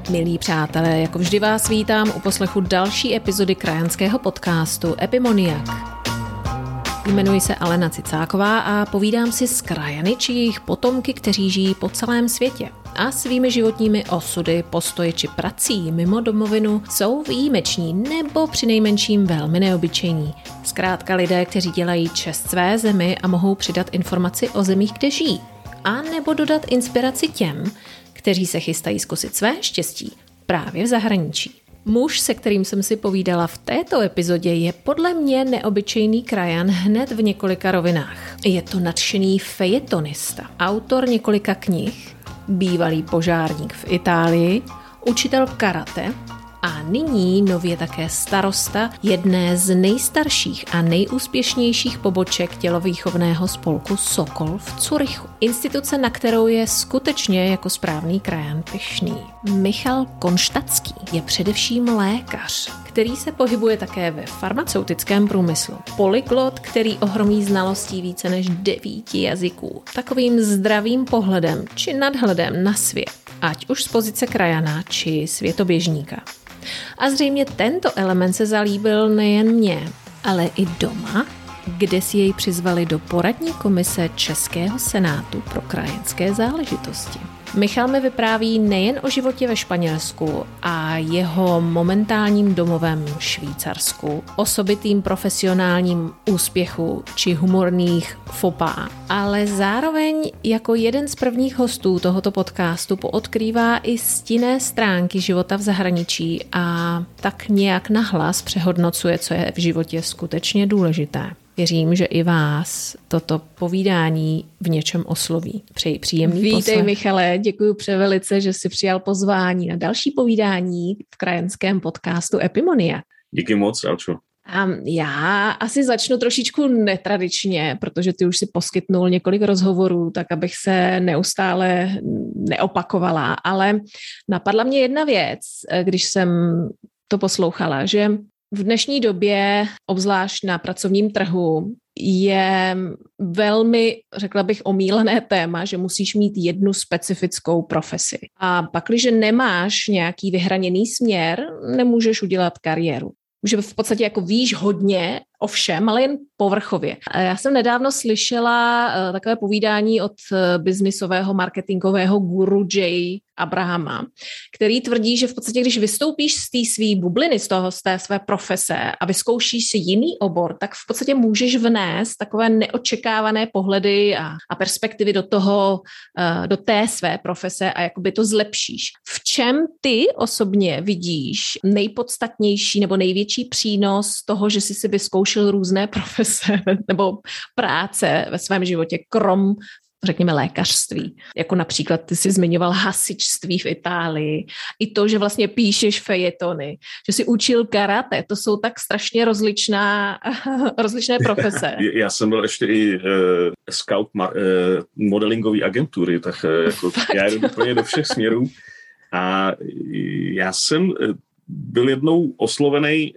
Milí přátelé, jako vždy vás vítám u poslechu další epizody krajanského podcastu Epimoniak. Jmenuji se Alena Cicáková a povídám si s krajany či jejich potomky, kteří žijí po celém světě a svými životními osudy, postoji či prací mimo domovinu jsou výjimeční nebo přinejmenším velmi neobyčejní. Zkrátka lidé, kteří dělají čest své zemi a mohou přidat informaci o zemích, kde žijí, a nebo dodat inspiraci těm, kteří se chystají zkusit své štěstí právě v zahraničí. Muž, se kterým jsem si povídala v této epizodě, je podle mě neobyčejný krajan hned v několika rovinách. Je to nadšený fejetonista, autor několika knih, bývalý požárník v Itálii, učitel karate a nyní nově také starosta jedné z nejstarších a nejúspěšnějších poboček tělovýchovného spolku Sokol v Curychu. Instituce, na kterou je skutečně jako správný krajan pyšný. Michal Konštatský je především lékař, který se pohybuje také ve farmaceutickém průmyslu. Polyglot, který ohromí znalostí více než 9 jazyků. Takovým zdravým pohledem či nadhledem na svět, ať už z pozice krajana či světoběžníka. A zřejmě tento element se zalíbil nejen mně, ale i doma, kde si jej přizvali do poradní komise Českého senátu pro krajanské záležitosti. Michal mi vypráví nejen o životě ve Španělsku a jeho momentálním domovém Švýcarsku, osobitým profesionálním úspěchu či humorných fopá, ale zároveň jako jeden z prvních hostů tohoto podcastu poodkrývá i stinné stránky života v zahraničí a tak nějak nahlas přehodnocuje, co je v životě skutečně důležité. Věřím, že i vás toto povídání v něčem osloví. Přeji příjemný poslech. Vítej, Michale, děkuji převelice, že jsi přijal pozvání na další povídání v krajanském podcastu Epimonia. Díky moc, Alčo. A já asi začnu trošičku netradičně, protože ty už si poskytnul několik rozhovorů, tak abych se neustále neopakovala, ale napadla mě jedna věc, když jsem to poslouchala, že v dnešní době, obzvlášť na pracovním trhu, je velmi, řekla bych, omílané téma, že musíš mít jednu specifickou profesi. A pakliže nemáš nějaký vyhraněný směr, nemůžeš udělat kariéru. Že v podstatě jako víš hodně o všem, ale jen povrchově. Já jsem nedávno slyšela takové povídání od biznisového marketingového guru Jay Abrahama, který tvrdí, že v podstatě, když vystoupíš z té své bubliny, z té své profese a vyzkoušíš si jiný obor, tak v podstatě můžeš vnést takové neočekávané pohledy a perspektivy do té své profese a jakoby to zlepšíš. V čem ty osobně vidíš nejpodstatnější nebo největší přínos toho, že jsi si vyzkoušel různé profese nebo práce ve svém životě, krom řekněme lékařství. Jako například ty jsi zmiňoval hasičství v Itálii. I to, že vlastně píšeš fejetony, že jsi učil karate, to jsou tak strašně rozličné profese. Já jsem byl ještě i scout modelingový agentury, tak jako já jdu úplně do všech směrů. A já jsem byl jednou oslovený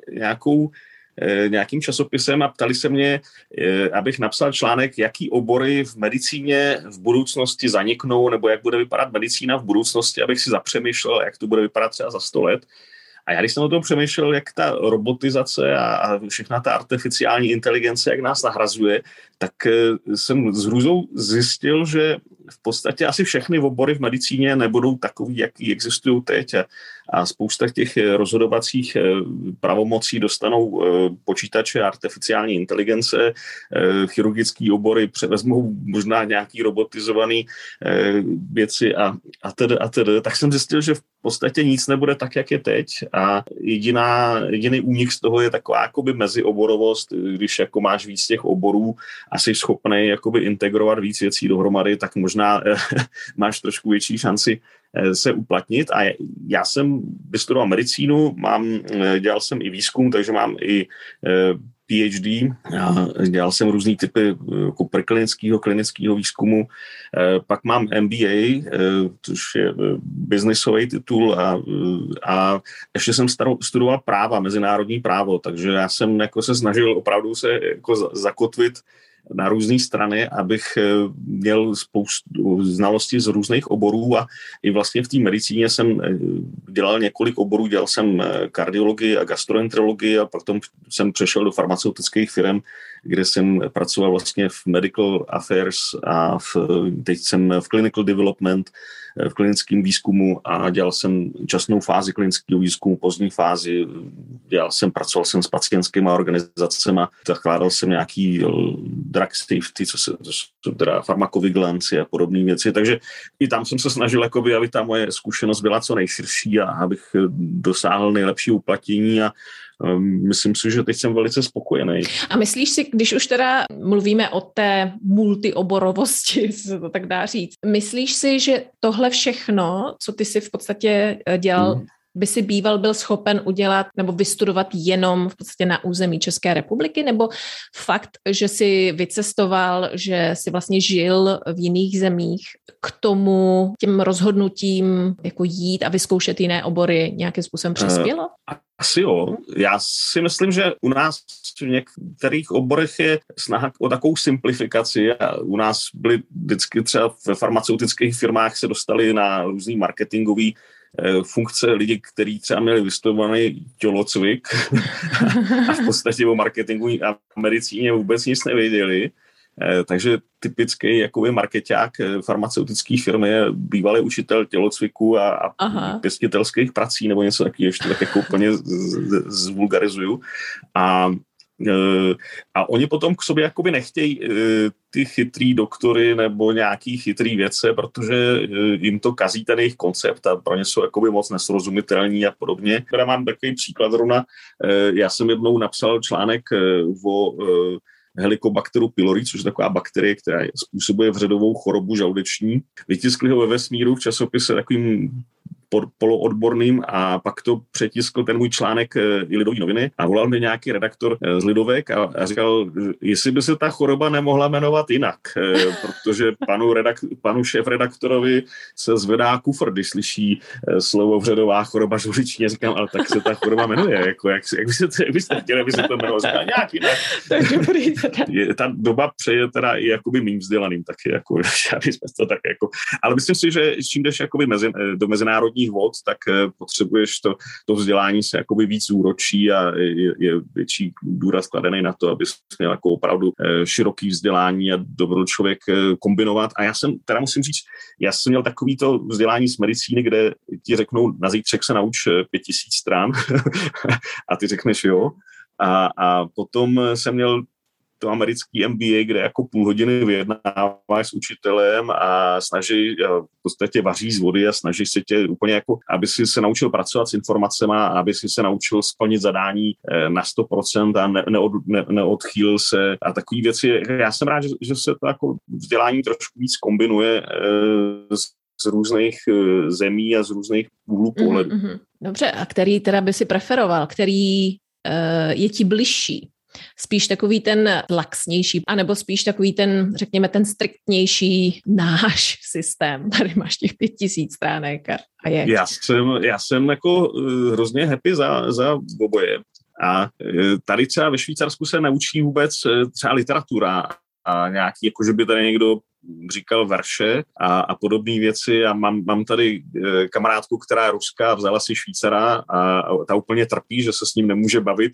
nějakým časopisem a ptali se mě, abych napsal článek, jaký obory v medicíně v budoucnosti zaniknou, nebo jak bude vypadat medicína v budoucnosti, abych si zapřemýšlel, jak to bude vypadat třeba za 100 let. A já když jsem o tom přemýšlel, jak ta robotizace a všechna ta artificiální inteligence, jak nás nahrazuje, tak jsem s hrůzou zjistil, že v podstatě asi všechny obory v medicíně nebudou takový, jaký existují teď. A spousta těch rozhodovacích pravomocí dostanou počítače, artificiální inteligence, chirurgické obory převezmou možná nějaký robotizovaný věci a tedy. Tak jsem zjistil, že v podstatě nic nebude tak, jak je teď a jediný únik z toho je taková jakoby mezioborovost, když jako máš víc těch oborů a jsi schopný jakoby integrovat víc věcí dohromady, tak možná máš trošku větší šanci se uplatnit. A já jsem vystudoval medicínu, dělal jsem i výzkum, takže mám i PhD, dělal jsem různý typy jako preklinického, klinického výzkumu, pak mám MBA, což je biznisový titul a ještě jsem studoval práva, mezinárodní právo, takže já jsem jako se snažil opravdu se jako zakotvit na různé strany, abych měl spoustu znalostí z různých oborů a i vlastně v té medicíně jsem dělal několik oborů, dělal jsem kardiologii a gastroenterologii a potom jsem přešel do farmaceutických firm, kde jsem pracoval vlastně v medical affairs a teď jsem v clinical development, v klinickém výzkumu a dělal jsem časnou fázi klinického výzkumu, pozdní fázi, pracoval jsem s pacientskými organizacemi, zakládal jsem nějaký drug safety, teda farmakovigilanci a podobné věci, takže i tam jsem se snažil, jakoby, aby ta moje zkušenost byla co nejširší a abych dosáhl nejlepší uplatnění a myslím si, že teď jsem velice spokojený. A myslíš si, když už teda mluvíme o té multioborovosti, se to tak dá říct, myslíš si, že tohle všechno, co ty si v podstatě dělal, by si byl schopen udělat nebo vystudovat jenom v podstatě na území České republiky, nebo fakt, že si vycestoval, že si vlastně žil v jiných zemích, k tomu těm rozhodnutím jako jít a vyzkoušet jiné obory nějakým způsobem přispělo? Asi jo. Já si myslím, že u nás v některých oborech je snaha o takovou simplifikaci a u nás byly vždycky třeba ve farmaceutických firmách se dostali na různý marketingový funkce lidi, kteří třeba měli vystudovaný tělocvik a v podstatě o marketingu a medicíně vůbec nic nevěděli. Takže typický jakoby markeťák farmaceutické firmy je bývalý učitel tělocviku a pěstitelských prací nebo něco takového, ještě tak jako úplně zvulgarizuju. A oni potom k sobě jakoby nechtějí ty chytrý doktory nebo nějaký chytrý vědce, protože jim to kazí ten jejich koncept a pro ně jsou jakoby moc nesrozumitelní a podobně. Teda mám takový příklad zrovna, já jsem jednou napsal článek o Helicobacteru pylori, což je taková bakterie, která způsobuje vředovou chorobu žaludeční. Vytiskli ho ve vesmíru v časopise takovým poloodborným a pak to přetiskl ten můj článek i Lidové noviny a volal mi nějaký redaktor z Lidovek a říkal, jestli by se ta choroba nemohla jmenovat jinak, protože panu šéfredaktorovi se zvedá kufr, když slyší slovo vředová choroba žaludeční. Říkám, ale tak se ta choroba jmenuje, jako jak byste chtěli, aby se to jmenovalo, říkal, nějak jinak. Ta doba přeje teda i jakoby mým vzdělaným taky, jako, to tak jako, ale myslím si, že čím jdeš jakoby do mezinárodních vod, tak potřebuješ to vzdělání se jakoby víc úročí a je větší důraz kladený na to, abys měl jako opravdu široký vzdělání a dovedl člověk kombinovat. A já musím říct, já jsem měl takovýto vzdělání z medicíny, kde ti řeknou, na zítřek se nauč 5000 stran a ty řekneš jo. A potom jsem měl to americký MBA, kde jako půl hodiny vyjednáváš s učitelem a v podstatě vaří z vody a snažíš se tě úplně jako, aby si se naučil pracovat s informacemi a aby si se naučil splnit zadání na 100% a neodchýlil se a takové věci. Já jsem rád, že se to jako vzdělání trošku víc kombinuje z různých zemí a z různých úhlů pohledu. Dobře, a který teda by si preferoval, který je ti bližší? Spíš takový ten laxnější, anebo spíš takový ten, řekněme, ten striktnější náš systém. Tady máš těch 5000 stránek a jak? Já jsem jako hrozně happy za oboje. A tady třeba ve Švýcarsku se neučí vůbec třeba literatura a nějaký, jako že by tady někdo říkal verše a podobné věci a mám tady kamarádku, která je ruská, vzala si Švýcara a ta úplně trpí, že se s ním nemůže bavit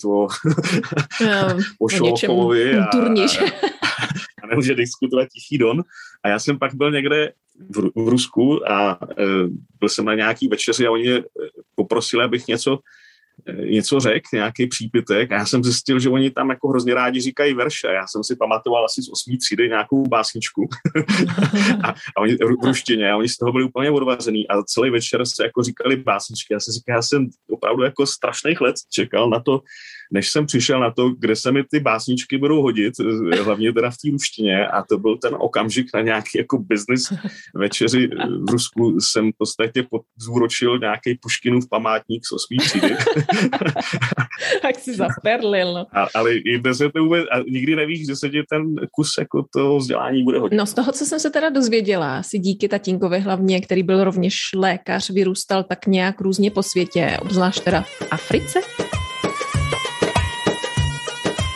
o Šolchovovi a nemůže diskutovat Tichý Don. A já jsem pak byl někde v Rusku a byl jsem na nějaký večeři a oni mě poprosili, abych něco řekl, nějaký přípitek a já jsem zjistil, že oni tam jako hrozně rádi říkají verše. Já jsem si pamatoval asi z 8. třídy nějakou básničku a oni v ruštině a oni z toho byli úplně odvařený a celý večer se jako říkali básničky. Já jsem opravdu jako strašných let čekal na to, než jsem přišel na to, kde se mi ty básničky budou hodit, hlavně teda v té ruštině a to byl ten okamžik na nějaký jako business večeři v Rusku jsem v podstatě zúročil nějaký Puškinův památník z 8. třídy. Tak si zaperlil. Ale jde se to vůbec, a nikdy nevíš, že se ti ten kus jako toho vzdělání bude hodit. No z toho, co jsem se teda dozvěděla, si díky tatínkovi hlavně, který byl rovněž lékař, vyrůstal tak nějak různě po světě, obzvlášť teda v Africe.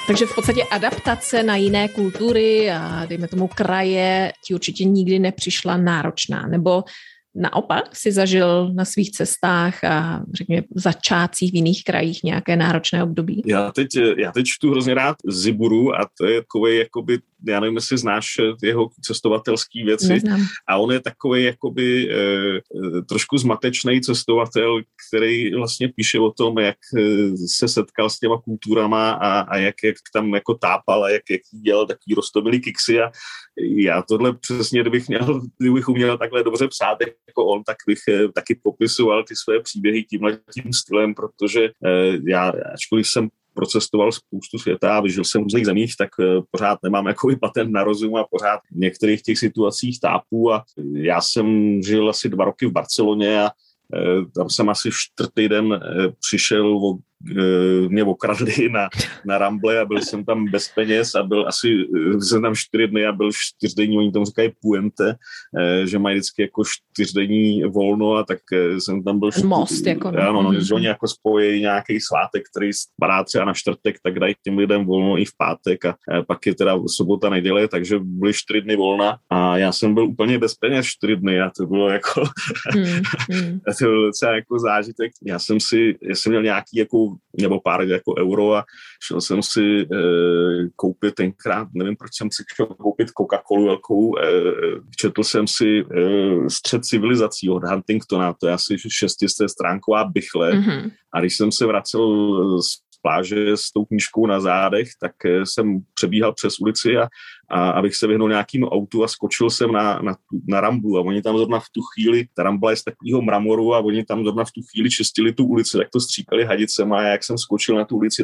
Takže v podstatě adaptace na jiné kultury a dejme tomu kraje ti určitě nikdy nepřišla náročná, nebo naopak si zažil na svých cestách a řekněme začátcích v jiných krajích nějaké náročné období? Já teď čtu hrozně rád Ziburu a to je takový, jakoby, já nevím, jestli znáš jeho cestovatelský věci. Neznám. A on je takový jakoby trošku zmatečný cestovatel, který vlastně píše o tom, jak se setkal s těma kulturama a jak tam jako tápal a jak dělal takový roztomilý kiksy a já tohle přesně, kdybych uměl takhle dobře psát jako on, tak bych taky popisoval ty své příběhy tímhletím stylem, protože já, ačkoliv jsem procestoval spoustu světa a vyžil jsem v různých zemích, tak pořád nemám jakoby patent na rozum a pořád v některých těch situacích tápu a já jsem žil asi 2 roky v Barceloně a tam jsem asi 4. den přišel mě okradli na Ramble a byl jsem tam bez peněz a jsem tam 4 dny a byl 4denní, oni tomu říkají puente, že mají vždycky jako 4denní volno a tak jsem tam byl... Most jako. Ano, že oni jako spojí nějaký svátek, který spadá třeba na čtvrtek, tak dají těm lidem volno i v pátek a pak je teda sobota, neděle, takže byly 4 dny volna a já jsem byl úplně bez peněz 4 dny a to bylo jako... to byl docela jako zážitek. Já jsem měl nějaký jako nebo pár jako euro a šel jsem si koupit tenkrát, nevím, proč jsem si šel koupit Coca-Colu velkou, četl jsem si Střed civilizací od Huntingtona, to je asi 600stránková bichle a když jsem se vracel z pláže s tou knížkou na zádech, tak jsem přebíhal přes ulici a abych se vyhnul nějakým autu a skočil jsem na Ramblu a oni tam zrovna v tu chvíli, ta Rambla je z takového mramoru a oni tam zrovna v tu chvíli čistili tu ulici, tak to stříkali hadicema a jak jsem skočil na tu ulici,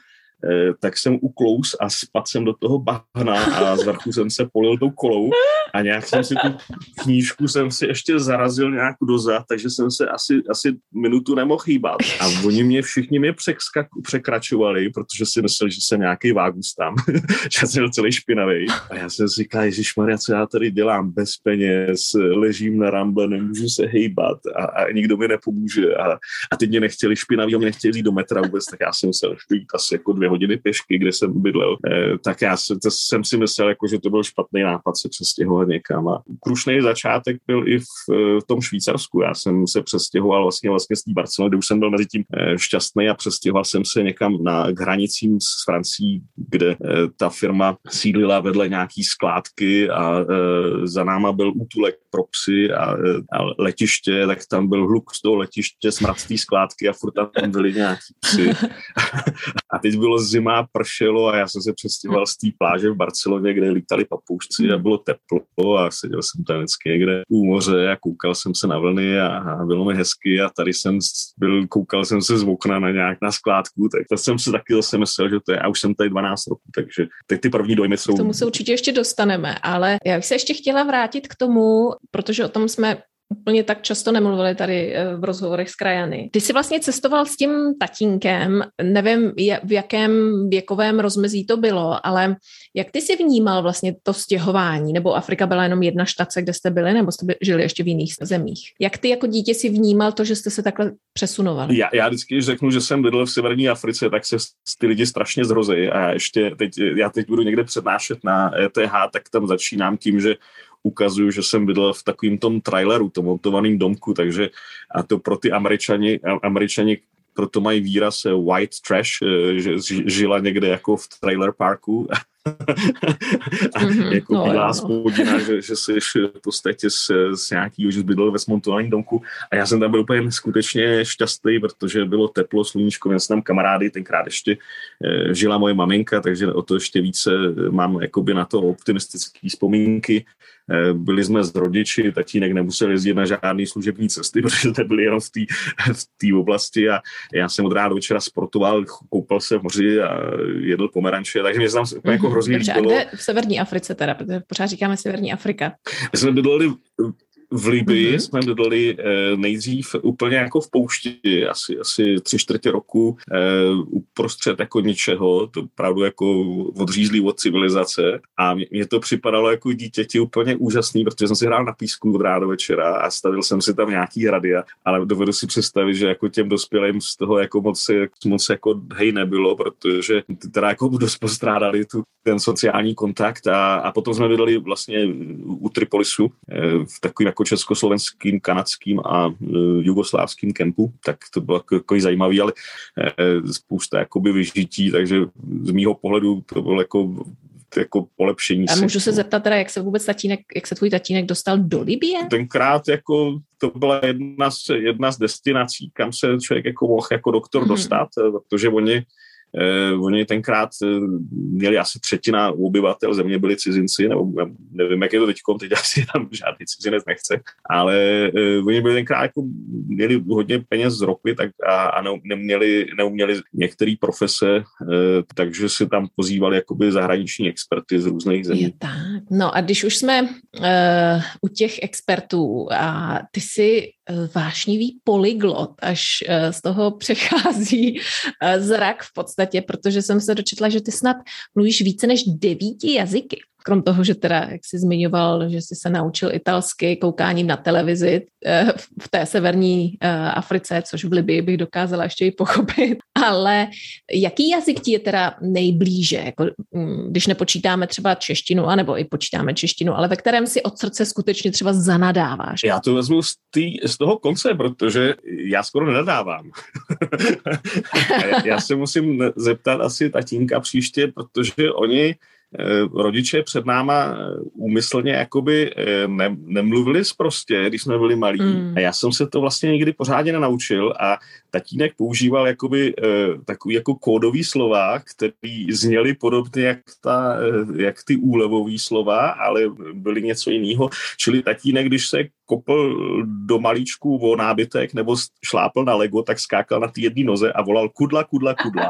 tak jsem uklous a spadl jsem do toho bahna a z vrchu jsem se polil tou kolou a nějak jsem si tu knížku jsem si ještě zarazil nějak dozad, takže jsem se asi minutu nemohl hýbat. A oni všichni mě překračovali, protože si mysleli, že jsem nějaký vágus tam, že jsem byl celý špinavý. A já jsem si říkal, ježišmarja, co já tady dělám bez peněz, ležím na Ramble, nemůžu se hejbat a nikdo mi nepomůže. A teď mě nechtěli špinavý, mě nechtěli jít do metra vůbec, tak já jsem musel jít asi jako 2 hodiny pěšky, kde jsem bydlel, tak já jsem si myslel, jako, že to byl špatný nápad se přestěhovat někam. A krušný začátek byl i v tom Švýcarsku. Já jsem se přestěhoval vlastně z té Barcelony, kde už jsem byl mezi tím šťastný a přestěhoval jsem se někam k hranicím s Francií, kde ta firma sídlila vedle nějaký skládky a za náma byl útulek pro psy a letiště, tak tam byl hluk z toho letiště, smrad z té skládky a furt tam byli nějaký psy. A teď bylo zima, pršelo a já jsem se přestěhoval z té pláže v Barceloně, kde lítali papoušci a bylo teplo a seděl jsem tam vždycky někde u moře a koukal jsem se na vlny a bylo mi hezky a tady koukal jsem se z okna na skládku, tak to jsem si taky zase myslel, že to je, a už jsem tady 12 roků, takže teď ty první dojmy jsou... K tomu se určitě ještě dostaneme, ale já bych se ještě chtěla vrátit k tomu, protože o tom jsme úplně tak často nemluvili tady v rozhovorech s krajany. Ty jsi vlastně cestoval s tím tatínkem, nevím, v jakém věkovém rozmezí to bylo, ale jak ty jsi vnímal vlastně to stěhování? Nebo Afrika byla jenom jedna štace, kde jste byli, nebo jste žili ještě v jiných zemích? Jak ty jako dítě si vnímal to, že jste se takhle přesunovali? Já vždycky řeknu, že jsem bydlel v severní Africe, tak se ty lidi strašně zrozejí a já teď budu někde přednášet na ETH, tak tam začínám tím, že ukazuju, že jsem bydlel v takovým tom traileru, tom montovaným domku, takže a to pro ty Američani proto mají výraz white trash, že žila někde jako v trailer parku jako bílá spodina, že jsi v podstatě z nějakýho, že bydlel ve smontovaném domku a já jsem tam byl úplně skutečně šťastný, protože bylo teplo, sluníčko, měl jsem tam kamarády, tenkrát ještě žila moje maminka, takže o to ještě více mám jakoby na to optimistické vzpomínky. Byli jsme s rodiči, tatínek nemusel jezdit na žádný služební cesty, protože to byly jenom v té oblasti a já jsem od rána do večera sportoval, koupal se v moři a jedl pomeranče, takže mě se tam jako hrozně líbilo. A kde v severní Africe teda, protože pořád říkáme severní Afrika. My jsme bydleli v Libii jsme bydleli nejdřív úplně jako v poušti, asi 3/4 roku uprostřed jako ničeho, to opravdu jako odřízlý od civilizace a mě to připadalo jako dítěti úplně úžasný, protože jsem si hrál na písku od rána do večera a stavil jsem si tam nějaký hrady, ale dovedu si představit, že jako těm dospělým z toho jako moc jako hej nebylo, protože ty teda jako dost postrádali ten sociální kontakt a potom jsme bydleli vlastně u Tripolisu v takovým jako československým, kanadským a jugoslávským kempu, tak to bylo jako zajímavý, ale spousta jakoby vyžití, takže z mýho pohledu to bylo jako polepšení. A můžu se zeptat teda, jak se tvůj tatínek dostal do Libye? Tenkrát jako to byla jedna z destinací, kam se člověk jako mohl jako doktor dostat, protože oni tenkrát měli asi 1/3 obyvatel země byli cizinci, nebo nevím, jak je to teďkom, teď asi tam žádný cizinec nechce, ale oni byli tenkrát jako měli hodně peněz z ropy a neuměli některé profese, takže si tam pozývali jakoby zahraniční experty z různých zemí. Je tak. No a když už jsme u těch expertů a ty jsi vášnivý polyglot, až z toho přechází zrak v podstatě, protože jsem se dočetla, že ty snad mluvíš více než 9 jazyky. Krom toho, že teda, jak jsi zmiňoval, že jsi se naučil italsky koukáním na televizi v té severní Africe, což v Libii bych dokázala ještě i pochopit. Ale jaký jazyk ti je teda nejblíže? Jako, když nepočítáme třeba češtinu, anebo i počítáme češtinu, ale ve kterém si od srdce skutečně třeba zanadáváš? Já to vezmu z toho konce, protože já skoro nenadávám. já se musím zeptat asi tatínka příště, protože oni rodiče před náma úmyslně jakoby nemluvili sprostě, když jsme byli malí. A já jsem se to vlastně nikdy pořádně nenaučil a tatínek používal jakoby takový jako kódový slova, který zněly podobně jak ty úlevový slova, ale byly něco jiného. Čili tatínek, když se kopl do malíčku o nábytek nebo šlápl na Lego, tak skákal na té jedné noze a volal kudla, kudla, kudla.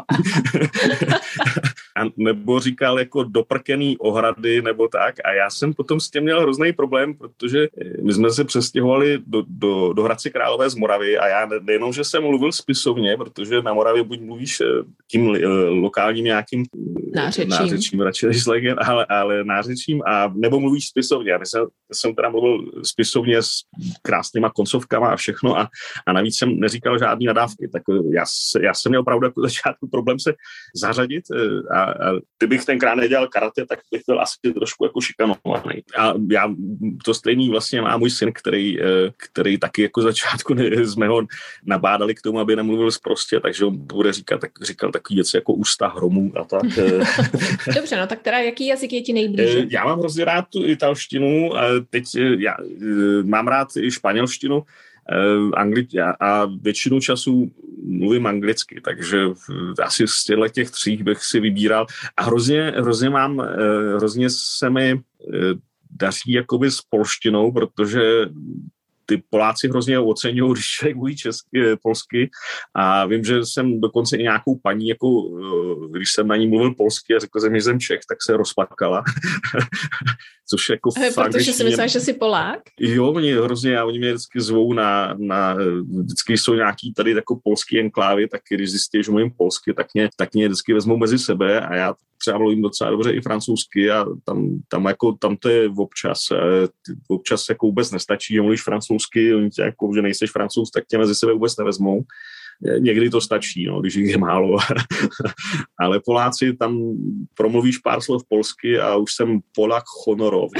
A nebo říkal jako doprkený ohrady nebo tak. A já jsem potom s tím měl hrozný problém, protože my jsme se přestěhovali do Hradce Králové z Moravy a já nejenom, že jsem mluvil spisovně, protože na Moravě buď mluvíš tím lokálním nějakým nářečím radši než slegem, ale nářečím, a nebo mluvíš spisovně. Já jsem teda mluvil spisovně s krásnýma koncovkama a všechno a navíc jsem neříkal žádný nadávky. Tak já jsem měl opravdu jako začátku problém se zařadit a kdybych tenkrát nedělal karate, tak bych byl asi trošku jako šikanovaný. A já to stejný vlastně má můj syn, který taky jako začátku z mého nabádali k tomu, aby nemluvil sprostě, takže on bude říkal takový věci jako ústa hromů a tak. Dobře, no tak teda jaký jazyk je ti nejblíže? Já mám hrozně rád tu italštinu, a teď já mám rád i španělštinu, a většinu času mluvím anglicky, takže asi z těch 3 bych si vybíral a hrozně se mi daří jakoby s polštinou, protože ty Poláci hrozně oceňují, když člověk mluví polsky a vím, že jsem dokonce i nějakou paní, jako, když jsem na ní mluvil polsky a řekl jsem, že jsem Čech, tak se rozplakala. Což jako protože si myslíš, že jsi Polák? Jo, oni mě vždycky zvou vždycky jsou nějaký tady jako polský enklávy, tak když zjistí, že mluvím polsky, tak mě vždycky vezmou mezi sebe a já třeba mluvím docela dobře i francouzsky a tam to je občas jako vůbec nestačí, že mluvíš francouzsky, oni tě jako, že nejseš Francouz, tak tě mezi sebe vůbec nevezmou. Někdy to stačí, no, když jich je málo. Ale Poláci, tam promluvíš pár slov polsky a už jsem Polák honorový.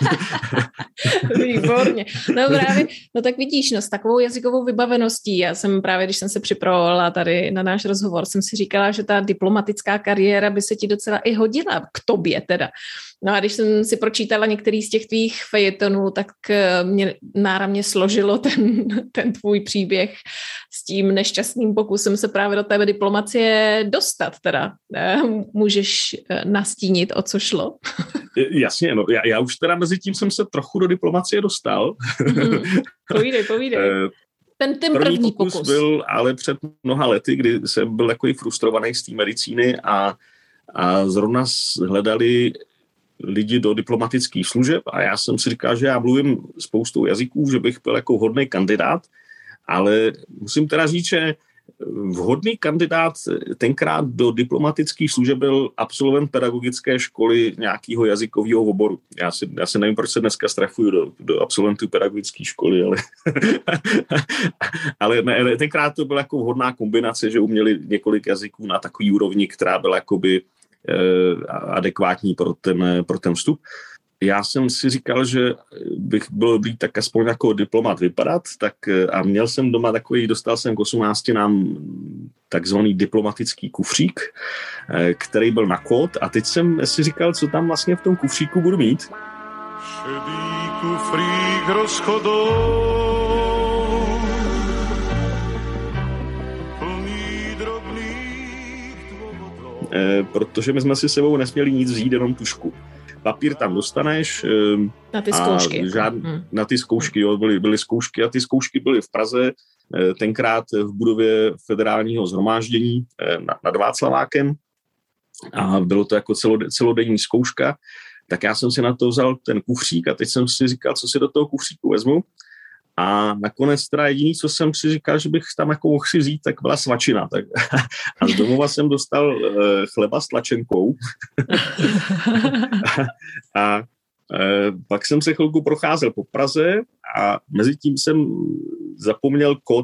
Výborně. No právě, no tak vidíš, no s takovou jazykovou vybaveností, já jsem právě, když jsem se připravovala tady na náš rozhovor, jsem si říkala, že ta diplomatická kariéra by se ti docela i hodila k tobě teda. No a když jsem si pročítala některý z těch tvých fejetonů, tak mě náramně složilo ten tvůj příběh s tím nešťastným pokusem se právě do té diplomacie dostat teda. Můžeš nastínit, o co šlo? Jasně, no. Já už teda mezi tím jsem se trochu do diplomacie dostal. Povídej. Ten první pokus byl ale před mnoha lety, kdy jsem byl takový frustrovaný z té medicíny a zrovna hledali lidi do diplomatických služeb a já jsem si říkal, že já mluvím spoustou jazyků, že bych byl jako vhodný kandidát, ale musím teda říct, že vhodný kandidát tenkrát do diplomatických služeb byl absolvent pedagogické školy nějakého jazykového oboru. Já si nevím, proč se dneska strafuju do absolventů pedagogické školy, ale ne, tenkrát to byla jako vhodná kombinace, že uměli několik jazyků na takový úrovni, která byla jakoby adekvátní pro ten vstup. Já jsem si říkal, že bych byl dobrý tak aspoň jako diplomat vypadat, a měl jsem doma dostal jsem k 18 nám takzvaný diplomatický kufřík, který byl na kód a teď jsem si říkal, co tam vlastně v tom kufříku budu mít. Šedý kufřík rozchodou, plný drobných dôvodov. Protože my jsme si sebou nesměli nic vzít, jenom tušku. Papír tam dostaneš. Na ty zkoušky. Na ty zkoušky, jo, byly zkoušky a ty zkoušky byly v Praze, tenkrát v budově Federálního shromáždění nad Václavákem a bylo to jako celodenní zkouška, tak já jsem si na to vzal ten kufřík a teď jsem si říkal, co si do toho kufříku vezmu. A nakonec teda jediný, co jsem si říkal, že bych tam jako mohl si vzít, tak byla svačina. A z domova jsem dostal chleba s tlačenkou. a pak jsem se chvilku procházel po Praze a mezi tím jsem zapomněl kód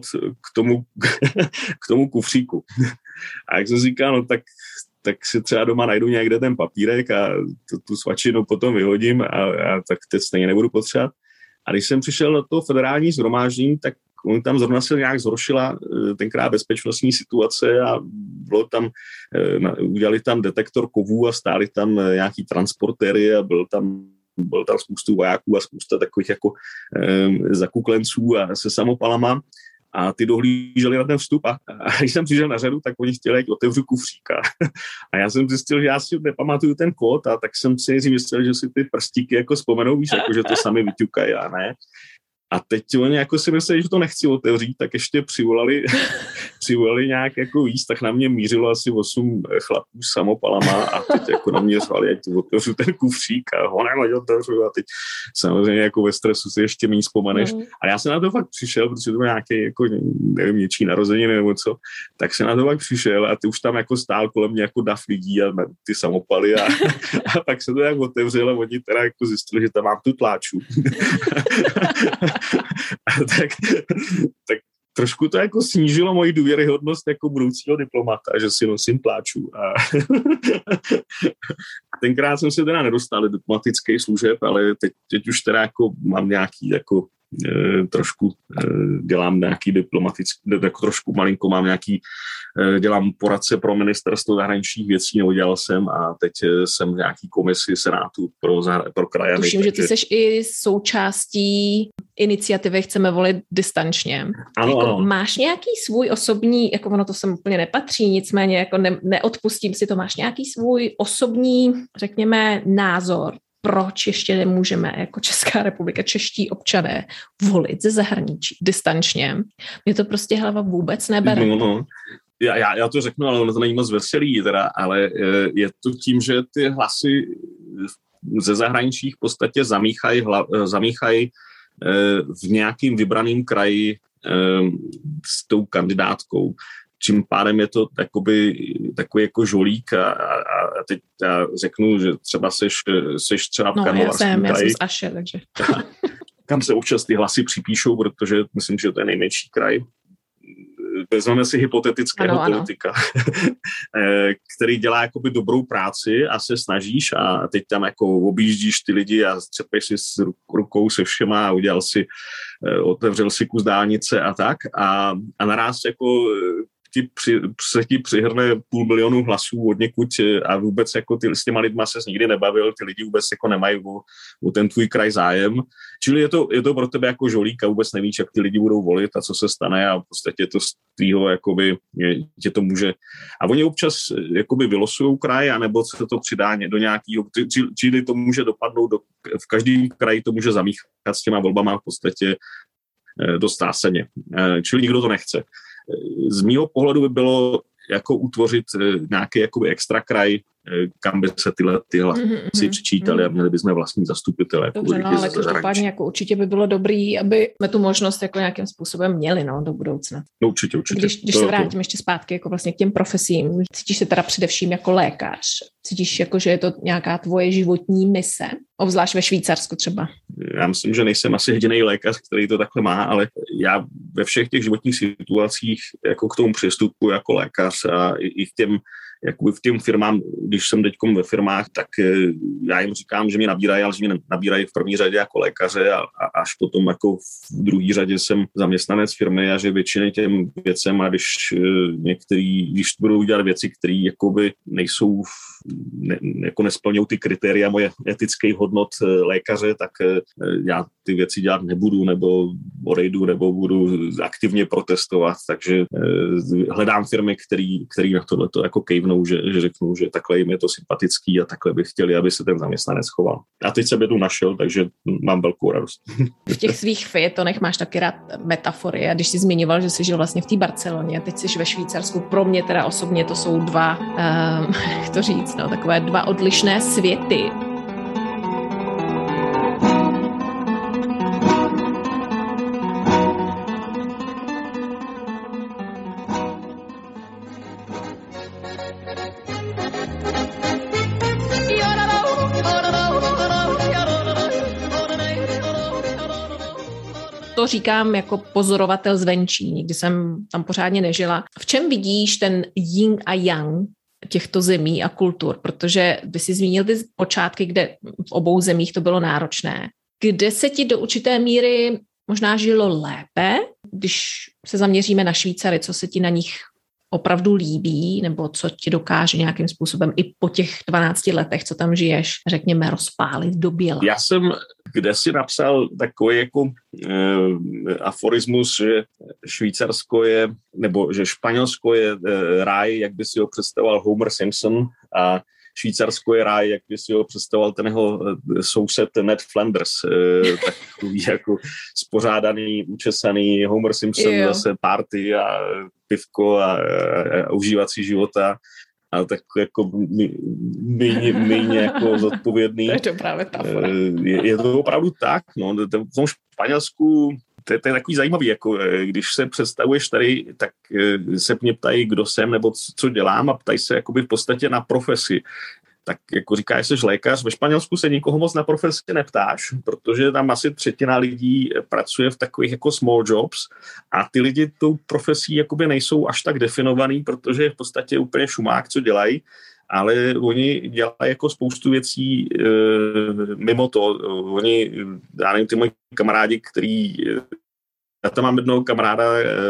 k tomu kufříku. A jak jsem říkal, no tak si třeba doma najdu někde ten papírek a tu svačinu potom vyhodím a tak teď stejně nebudu potřebovat. A když jsem přišel na to federální shromáždění, tak on tam zrovna se nějak zhoršila tenkrát bezpečnostní situace a bylo tam, udělali tam detektor kovů a stály tam nějaký transportéry a byl tam spoustu vojáků a spousta takových jako zakuklenců a se samopalama a ty dohlíželi na ten vstup a když jsem přišel na řadu, tak oni chtěli, jak otevřu kufříka. A já jsem zjistil, že já si nepamatuju ten kód a tak jsem si myslel, že si ty prstíky jako vzpomenou, víš, jako že to sami vyťukají a ne. A teď oni jako si mysleli, že to nechci otevřít, tak ještě přivolali nějak jako víc, tak na mě mířilo asi 8 chlapů s samopalama a teď jako na mě řvali, ať otevřu ten kufřík a ho nemaď otevřu a teď samozřejmě jako ve stresu si ještě méně vzpomeneš. A já se na to fakt přišel, protože to byl nějaký jako, nevím, něčí narozeniny nebo co, tak se na to fakt přišel a ty už tam jako stál kolem mě jako dav lidí a ty samopaly a pak se to jak otevřel a oni teda jako zjistili, že tam mám tu tláču. tak trošku to jako snížilo moji důvěryhodnost jako budoucího diplomata, že si nosím pláčů. A tenkrát jsem se teda nedostal do diplomatických služeb, ale teď už teda jako mám nějaký jako trošku dělám nějaký diplomatický, jako trošku malinko mám nějaký, dělám poradce pro ministerstvo zahraničních věcí, nebo dělal jsem a teď jsem v nějaký komisi Senátu pro krajany. Tuším, že ty seš i součástí iniciativy Chceme volit distančně. Ano, jako, ano. Máš nějaký svůj osobní, jako ono to sem úplně nepatří, nicméně jako neodpustím si to, máš nějaký svůj osobní, řekněme, názor, proč ještě nemůžeme jako Česká republika, čeští občané volit ze zahraničí distančně. Mě to prostě hlava vůbec nebere. No. Já to řeknu, ale ono to není moc veselý, teda, ale je to tím, že ty hlasy ze zahraničí v podstatě zamíchají v nějakým vybraným kraji s tou kandidátkou. Čím pádem je to takový jako žolík a teď já řeknu, že třeba seš třeba v Karlovarském kraji. Já jsem z Aše, takže. Kam se občas ty hlasy připíšou, protože myslím, že to je nejmenší kraj. Vezmeme si hypotetického politika, který dělá jakoby dobrou práci a se snažíš a teď tam jako objíždíš ty lidi a střepeš si s rukou se všema a otevřel si kus dálnice a tak a naraz jako se ti přihrne 500 000 hlasů od někud a vůbec jako s těma lidma se nikdy nebavil, ty lidi vůbec jako nemají o ten tvůj kraj zájem. Čili je to pro tebe jako žolík a vůbec nevíš, jak ty lidi budou volit a co se stane a v podstatě to z tvýho jakoby tě to může. A oni občas jakoby vylosujou kraj, anebo se to přidá do nějakého, čili to může dopadnout, v každém kraji to může zamíchat s těma volbama v podstatě dost zásadně. Čili nikdo to nechce. Z mýho pohledu by bylo jako utvořit nějaký jakoby extra kraj kam by se ty hlasy přičítali a měli bychom vlastní zastupitele. Dobře, no, ale každopádně jako určitě by bylo dobrý, aby jsme tu možnost jako nějakým způsobem měli, no, do budoucna. No, určitě. Když se vrátím ještě zpátky jako vlastně k těm profesím, cítíš se teda především jako lékař? Cítíš jako, že je to nějaká tvoje životní mise? Obzvlášť ve Švýcarsku třeba. Já myslím, že nejsem asi jediný lékař, který to takhle má, ale já ve všech těch životních situacích jako k tomu přistupuji jako lékař a i k těm jakoby v těm firmám, když jsem teďkom ve firmách, tak já jim říkám, že mě nabírají, ale že mě nabírají v první řadě jako lékaře a až potom jako v druhé řadě jsem zaměstnanec firmy a že většině těm věcem a když budou dělat věci, které jakoby nejsou, jako nesplňují ty kritéria moje etických hodnot lékaře, tak já ty věci dělat nebudu nebo odejdu nebo budu aktivně protestovat, takže hledám firmy, který na tohleto jako kejvnou, že řeknou, že takhle jim je to sympatický a takhle by chtěli, aby se ten zaměstnanec choval. A teď jsem tu našel, takže mám velkou radost. V těch svých fejetonech máš taky rád metafory a když jsi zmiňoval, že jsi žil vlastně v té Barceloně a teď jsi ve Švýcarsku, pro mě teda osobně to jsou dva, jak to říct, no, takové dva odlišné světy. To říkám jako pozorovatel zvenčí, nikdy jsem tam pořádně nežila. V čem vidíš ten yin a yang těchto zemí a kultur? Protože by si zmínil ty počátky, kde v obou zemích to bylo náročné. Kde se ti do určité míry možná žilo lépe, když se zaměříme na Švýcary, co se ti na nich opravdu líbí, nebo co ti dokáže nějakým způsobem i po těch 12 letech, co tam žiješ, řekněme, rozpálit do běla? Já jsem kdesi napsal takový jako aforismus, že Švýcarsko je, nebo že Španělsko je ráj, jak by si ho představoval Homer Simpson a Švýcarsko je ráj, jak by si ho představoval ten jeho soused Ned Flanders, takový jako spořádaný, učesaný Homer Simpson, zase party a pivko a užívat si života. A tak jako méně jako zodpovědný. To je to právě metafora. Je to opravdu tak, no. V tom Španělsku to je takový zajímavý, jako když se představuješ tady, tak se mě ptají, kdo jsem nebo co dělám a ptají se jakoby v podstatě na profesi. Tak jako říkáš, jsi lékař, ve Španělsku se nikoho moc na profesi neptáš, protože tam asi 1/3 lidí pracuje v takových jako small jobs a ty lidi tou profesí jakoby nejsou až tak definovaný, protože je v podstatě úplně šumák, co dělají, ale oni dělají jako spoustu věcí mimo to. Oni, já nevím, ty moji kamarádi, já tam mám jednoho kamaráda,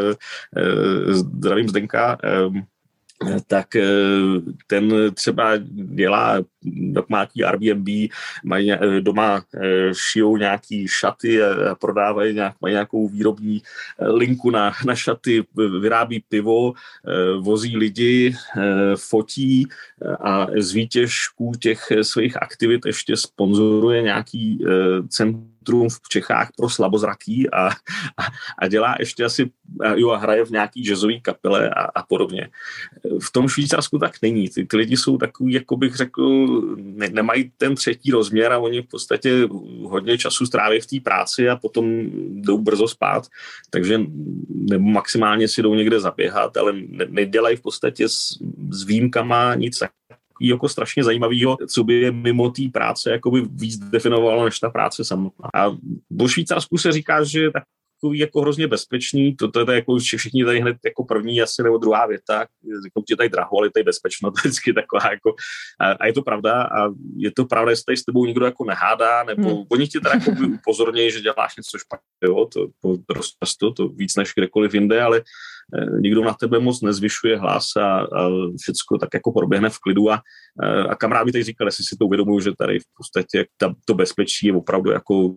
zdravím Zdenka, tak ten třeba dělá domácí Airbnb, mají doma, šijou nějaký šaty a prodávají mají nějakou výrobní linku na šaty, vyrábí pivo, vozí lidi, fotí a z výtěžků těch svých aktivit ještě sponzoruje nějaký centrum v Čechách pro slabozraký a dělá ještě asi, a hraje v nějaký jazzový kapele a podobně. V tom Švýcarsku tak není. Ty lidi jsou takový, jako bych řekl, nemají ten třetí rozměr a oni v podstatě hodně času stráví v té práci a potom jdou brzo spát, takže nebo maximálně si jdou někde zaběhat, ale nedělají v podstatě s výjimkama nic jako strašně zajímavého, co by je mimo té práce jakoby víc definovalo než ta práce samotná. A do Švýcarsku se říká, že je takový jako hrozně bezpečný, to je jako všichni tady hned jako první asi nebo druhá věta, říkám ti tady draho, ale tady bezpečno, to je vždycky taková jako, a je to pravda a je to pravda, jestli tady s tebou nikdo jako nehádá, nebo oni ti teda jako upozornějí, že děláš něco špatně, jo, to často, to víc než kdekoliv jinde, ale nikdo na tebe moc nezvyšuje hlas a všecko tak jako proběhne v klidu a kamarád mi tady říkal, jestli si to uvědomuju, že tady v podstatě to bezpečí je opravdu jako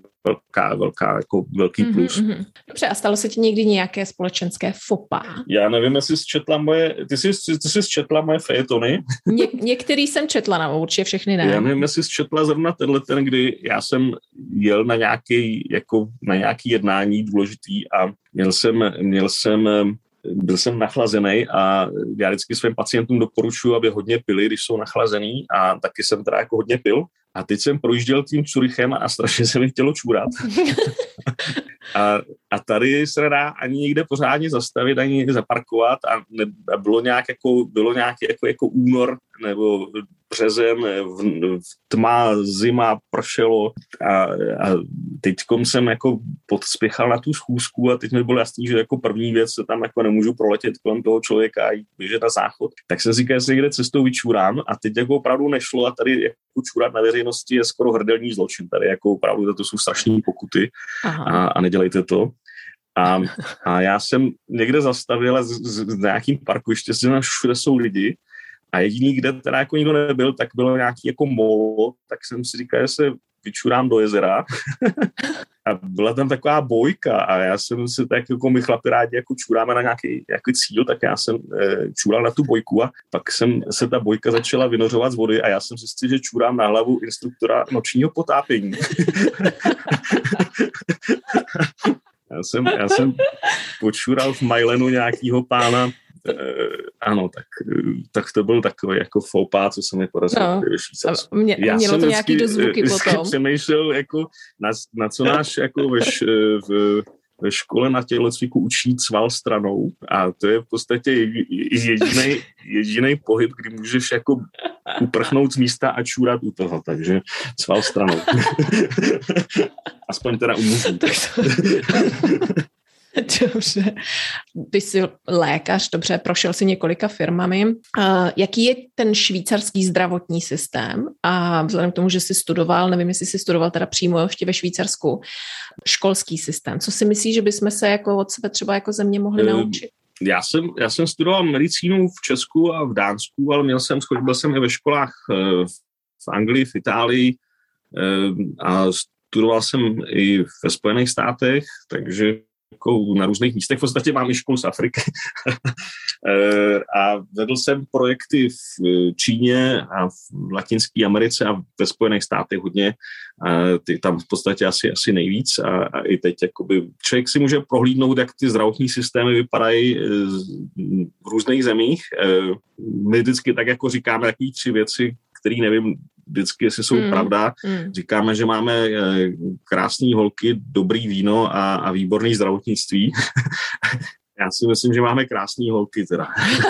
velký plus. Dobře, a stalo se ti někdy nějaké společenské fopa? Já nevím, jestli jsi četla ty jsi četla moje fejetony. Některý jsem četla, no, určitě všechny ne. Já nevím, jestli jsi četla zrovna ten, kdy já jsem jel na nějaký jednání důležitý a byl jsem nachlazený a já vždycky svým pacientům doporučuji, aby hodně pili, když jsou nachlazený, a taky jsem teda jako hodně pil. A teď jsem projížděl tím Curychem a strašně se mi chtělo čůrat. A tady se nedá ani nikde pořádně zastavit, ani někde zaparkovat a bylo nějaký jako únor nebo březen, tma, zima, pršelo a teďkom jsem jako podspěchal na tu schůzku a teď mi bylo jasný, že jako první věc se tam jako nemůžu proletět kolem toho člověka a běžet na záchod. Tak jsem říkal, jestli někde cestou vyčurám a teď jako opravdu nešlo a tady jako čurat na veřejnosti je skoro hrdelní zločin. Tady jako opravdu to jsou strašné pokuty a nedělejte to. A já jsem někde zastavil a z nějakým parkoviště, všude jsou lidi a jediný, kde teda jako nikdo nebyl, tak bylo nějaký jako molo, tak jsem si říkal, že se vyčurám do jezera a byla tam taková bojka a já jsem si tak jako my chlapi rádi jako čuráme na nějaký cíl, tak já jsem čural na tu bojku a pak se ta bojka začala vynořovat z vody a já jsem zjistil, že čurám na hlavu instruktora nočního potápění. Já jsem počural v Majlenu nějakýho pána. Ano, tak to byl takový jako faux pas, co se mi podařilo ve Švýcarsku. Mělo to nějaký dozvuky potom. Přemýšlel, jako, na co náš jako ve škole na tělocviku učí sval stranou a to je v podstatě jediný pohyb, kdy můžeš jako uprchnout z místa a čůrat u toho, takže sval stranou. Aspoň teda u mužů. Dobře. Ty jsi lékař, dobře, prošel si několika firmami. Jaký je ten švýcarský zdravotní systém? A vzhledem k tomu, že jsi studoval, nevím, jestli jsi studoval teda přímo ještě ve Švýcarsku, školský systém. Co si myslíš, že bychom se jako od sebe třeba jako země mohli naučit? Já jsem studoval medicínu v Česku a v Dánsku, ale byl jsem i ve školách v Anglii, v Itálii a studoval jsem i ve Spojených státech, takže jako na různých místech. V podstatě mám i školu z Afriky. A vedl jsem projekty v Číně a v Latinské Americe a ve Spojených státech hodně. Tam v podstatě asi nejvíc. A i teď jakoby člověk si může prohlídnout, jak ty zdravotní systémy vypadají v různých zemích. My vždycky tak jako říkáme takové 3 věci, které nevím vždycky, jestli jsou pravda. Říkáme, že máme krásné holky, dobrý víno a výborné zdravotnictví. Já si myslím, že máme krásné holky teda.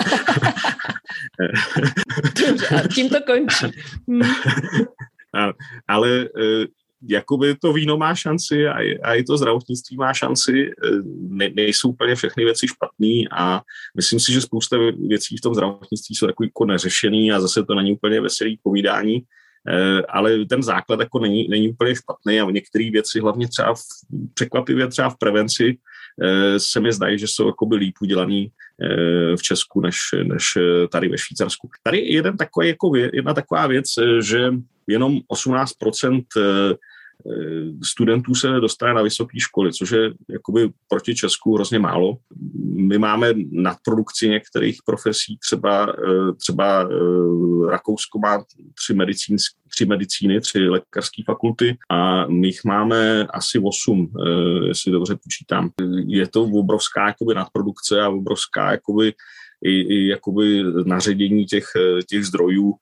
Dobře, a tím to končí. Ale jakoby to víno má šanci a i to zdravotnictví má šanci. Nejsou úplně všechny věci špatný a myslím si, že spousta věcí v tom zdravotnictví jsou takový jako neřešený a zase to není úplně veselý povídání. Ale ten základ jako není úplně špatný a některé věci, hlavně třeba překvapivě třeba v prevenci, se mi zdají, že jsou jakoby líp udělaný v Česku než tady ve Švýcarsku. Tady jedna taková věc, že jenom 18% studentů se dostane na vysoké školy, což je jakoby proti Česku hrozně málo. My máme nadprodukci některých profesí, třeba Rakousko má 3 medicíny, 3 lékařské fakulty a my jich máme asi 8, jestli dobře počítám. Je to obrovská jakoby nadprodukce a obrovská jakoby naředění těch zdrojů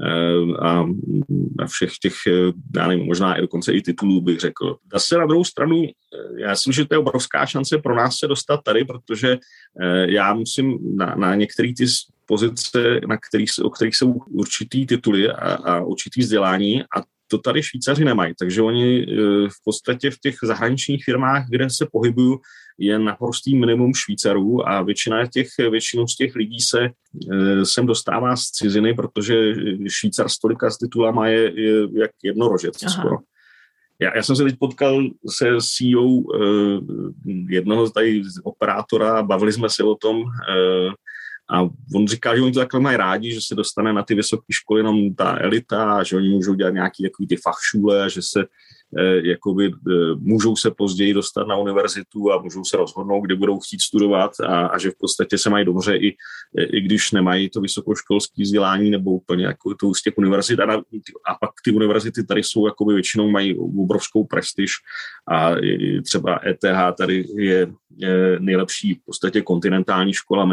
a všech těch, já nevím, možná i dokonce i titulů bych řekl. Zase na druhou stranu, já myslím, že to je obrovská šance pro nás se dostat tady, protože já musím na některé ty pozice, o kterých jsou určitý tituly a určitý vzdělání a to tady Švýcaři nemají, takže oni v podstatě v těch zahraničních firmách, kde se pohybují, je naprostý minimum Švýcarů a většinou z těch lidí se sem dostává z ciziny, protože Švýcar s tolika s titulama je jak jednorožec skoro. Já jsem se teď potkal se CEO jednoho tady operátora, bavili jsme se o tom a on říká, že oni to takhle mají rádi, že se dostane na ty vysoké školy jenom ta elita, že oni můžou dělat nějaký takový ty fachšule a že se jakoby můžou se později dostat na univerzitu a můžou se rozhodnout, kde budou chtít studovat a že v podstatě se mají dobře i když nemají to vysokoškolské vzdělání nebo úplně jako to z těch univerzit a pak ty univerzity tady jsou jakoby většinou mají obrovskou prestiž a třeba ETH tady je nejlepší v podstatě kontinentální škola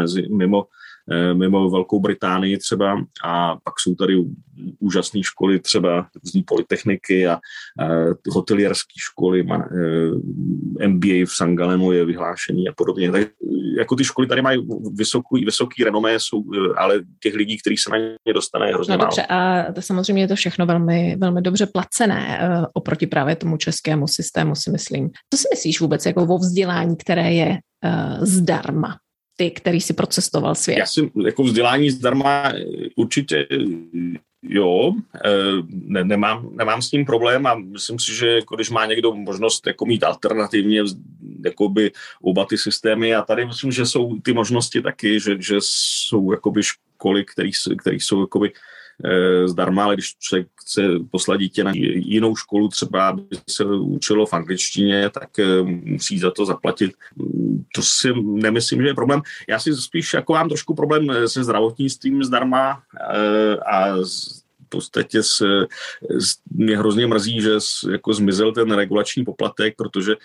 mimo Velkou Británii třeba a pak jsou tady úžasné školy, třeba různý polytechniky a hotelierské školy, MBA v St. Galenu je vyhlášený a podobně. Tak jako ty školy tady mají vysoký renomé, ale těch lidí, kteří se na ně dostane, je hrozně málo. Dobře, a to samozřejmě je to všechno velmi, velmi dobře placené oproti právě tomu českému systému, si myslím. Co si myslíš vůbec jako o vzdělání, které je zdarma? Ty, který si procestoval svět. Já si jako vzdělání zdarma určitě jo, nemám s tím problém a myslím si, že jako, když má někdo možnost jako mít alternativně jakoby oba ty systémy a tady myslím, že jsou ty možnosti taky, že jsou jakoby školy, které jsou jakoby zdarma, ale když člověk chce poslat dítě na jinou školu, třeba aby se učilo v angličtině, tak musí za to zaplatit. To si nemyslím, že je problém. Já si spíš jako mám trošku problém se zdravotnictvím zdarma a v podstatě mě hrozně mrzí, že jako zmizel ten regulační poplatek, protože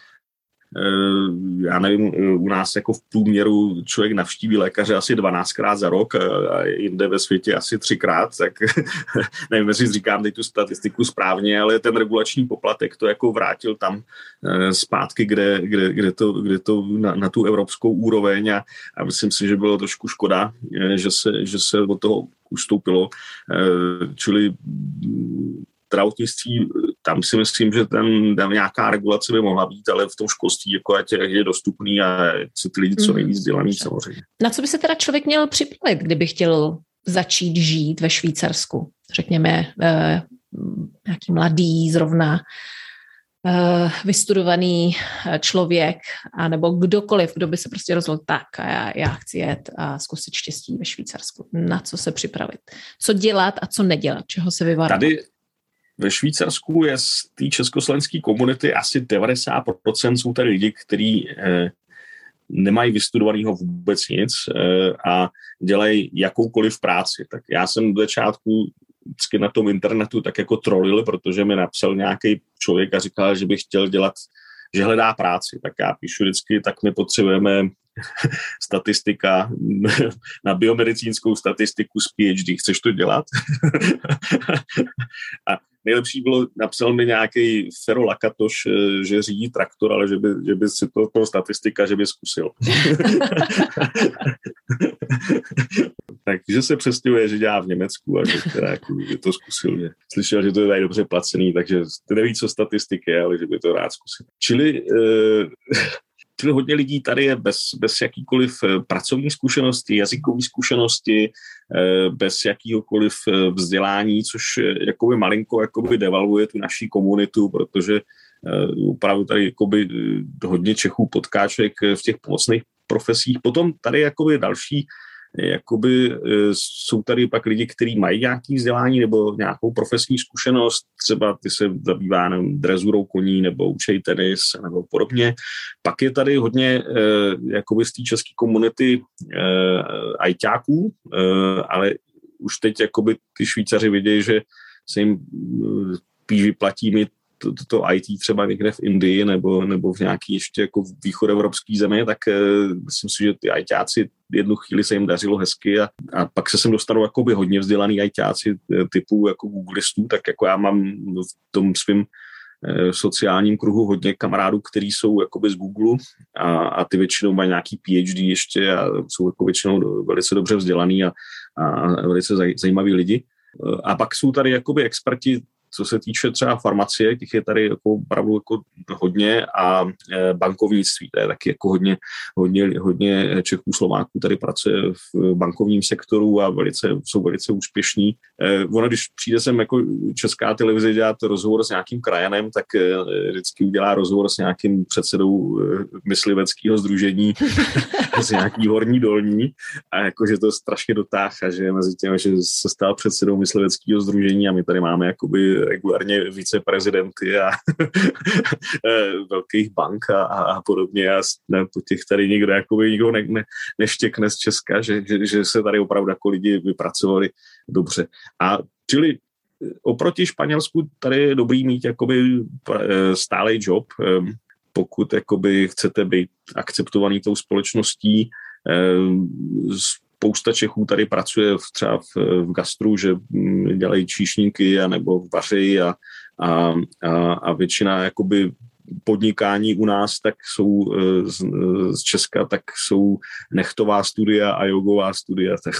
já nevím, u nás jako v průměru člověk navštíví lékaře asi 12krát za rok a jinde ve světě asi 3krát, tak nevím, jestli říkám teď tu statistiku správně, ale ten regulační poplatek to jako vrátil tam zpátky, kde to na tu evropskou úroveň a myslím si, že bylo trošku škoda, že se od toho ustoupilo, čili zdravotnictví, tam si myslím, že tam nějaká regulace by mohla být, ale v tom školství jako ať je dostupný a co ty lidi co nejvíc vzdělaný samozřejmě. Na co by se teda člověk měl připravit, kdyby chtěl začít žít ve Švýcarsku? Řekněme, nějaký mladý, zrovna vystudovaný člověk, anebo kdokoliv, kdo by se prostě rozhodl tak a já chci jet a zkusit štěstí ve Švýcarsku. Na co se připravit? Co dělat a co nedělat? Čeho se vyvarovat? Tady ve Švýcarsku je z té československé komunity asi 90% jsou tady lidi, kteří nemají vystudovaného vůbec nic a dělají jakoukoliv práci. Tak já jsem do začátku vždycky na tom internetu tak jako trolil, protože mi napsal nějaký člověk a říkal, že by chtěl dělat, že hledá práci. Tak já píšu vždycky, tak my potřebujeme statistika, na biomedicínskou statistiku s PhD. Chceš to dělat? A nejlepší bylo, napsal mi nějaký Fero Lakatoš, že řídí traktor, ale že by si to statistika, že by zkusil. Takže se přestěhuje, že dělá v Německu a že to zkusil. Že slyšel, že to je tady dobře placený, takže neví, co statistiky je, ale že by to rád zkusil. Čili hodně lidí tady je bez jakýkoliv pracovní zkušenosti, jazykové zkušenosti, bez jakýhokoliv vzdělání, což jakoby malinko jakoby devalvuje tu naší komunitu, protože opravdu tady jakoby hodně Čechů potká člověk v těch pomocných profesích. Potom tady jakoby další jakoby jsou tady pak lidi, kteří mají nějaké vzdělání nebo nějakou profesní zkušenost, třeba ty se zabývá drezurou koní nebo učej tenis nebo podobně. Pak je tady hodně jakoby z té české komunity ajťáků, ale už teď jakoby ty Švýcaři vidějí, že se jim spíš vyplatí mít to IT třeba někde v Indii nebo v nějaký ještě jako východoevropský zemi, tak myslím si, že ty ajťáci jednu chvíli se jim dařilo hezky a pak se sem dostanou jakoby hodně vzdělaný ajťáci typu jako googlistů, tak jako já mám v tom svým sociálním kruhu hodně kamarádů, kteří jsou jakoby z Google a ty většinou mají nějaký PhD ještě a jsou jako většinou velice dobře vzdělaný a velice zajímaví lidi. A pak jsou tady jakoby experti, co se týče třeba farmacie, těch je tady jako opravdu jako hodně a bankovnictví, to je taky jako hodně Čechů, Slováků tady pracuje v bankovním sektoru a jsou velice úspěšní. ono, když přijde sem jako Česká televize dělat rozhovor s nějakým krajanem, tak vždycky udělá rozhovor s nějakým předsedou mysliveckého sdružení z nějaký horní dolní a jakože to strašně dotáhá, že mezi tím, že se stal předsedou mysliveckého sdružení a my tady máme jakoby regulárně viceprezidenty a velkých bank a podobně a po těch tady nikdo neštěkne z Česka, že se tady opravdu jako lidi vypracovali dobře. A čili oproti Španělsku tady je dobrý mít jakoby stálej job, pokud jakoby chcete být akceptovaný tou společností. Spousta Čechů tady pracuje třeba v gastru, že dělají číšníky nebo vaří a většina jakoby podnikání u nás, tak jsou z Česka, tak jsou nechtová studia a jogová studia. Tak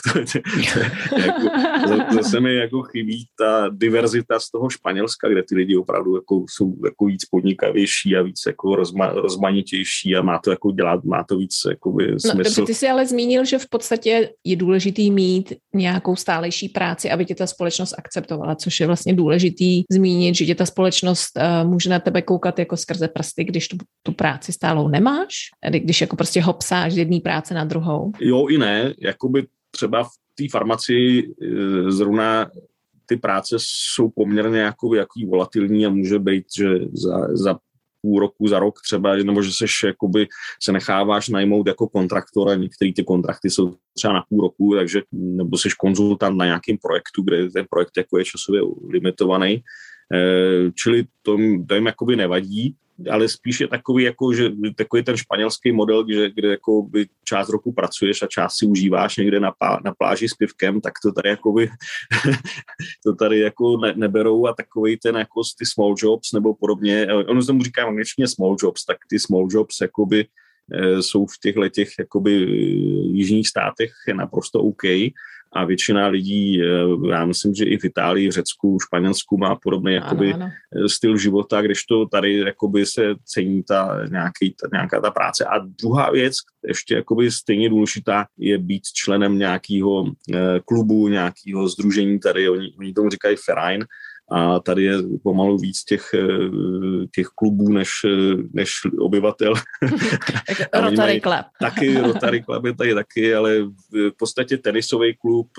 zase mi jako chybí ta diverzita z toho Španělska, kde ty lidi opravdu jako jsou jako víc podnikavější a víc jako rozmanitější a má to jako dělat, má to víc jakoby smysl. Dobře, ty jsi ale zmínil, že v podstatě je důležitý mít nějakou stálejší práci, aby tě ta společnost akceptovala, což je vlastně důležitý zmínit, že tě ta společnost může na tebe koukat jako skrze prsty, když tu práci stálou nemáš, když jako prostě hopsáš z jedné práce na druhou. Jo i ne, jakoby třeba v té farmacii zrovna ty práce jsou poměrně jako volatilní a může být, že za půl roku, za rok třeba, nebo že se necháváš najmout jako kontraktor a některé ty kontrakty jsou třeba na půl roku, takže nebo jsi konzultant na nějakém projektu, kde ten projekt jako je časově limitovaný, čili to jim jakoby nevadí, ale spíš je takový, jako, že takový ten španělský model, kde jako by část roku pracuješ a část si užíváš někde na pláži s pivkem, tak to tady jakoby to tady jako neberou a takový ten jako ty small jobs nebo podobně, ono se tomu říká angličtině small jobs, tak ty small jobs jakoby jsou v těchto jakoby jižních státech je naprosto OK a většina lidí, já myslím, že i v Itálii, v Řecku, v Španělsku má podobný jakoby styl života, když to tady jakoby se cení nějaká ta práce. A druhá věc, ještě jakoby stejně důležitá, je být členem nějakého klubu, nějakého sdružení, tady oni tomu říkají Verein, a tady je pomalu víc těch klubů než obyvatel. Rotary Club. Taky Rotary Club je tady taky, ale v podstatě tenisový klub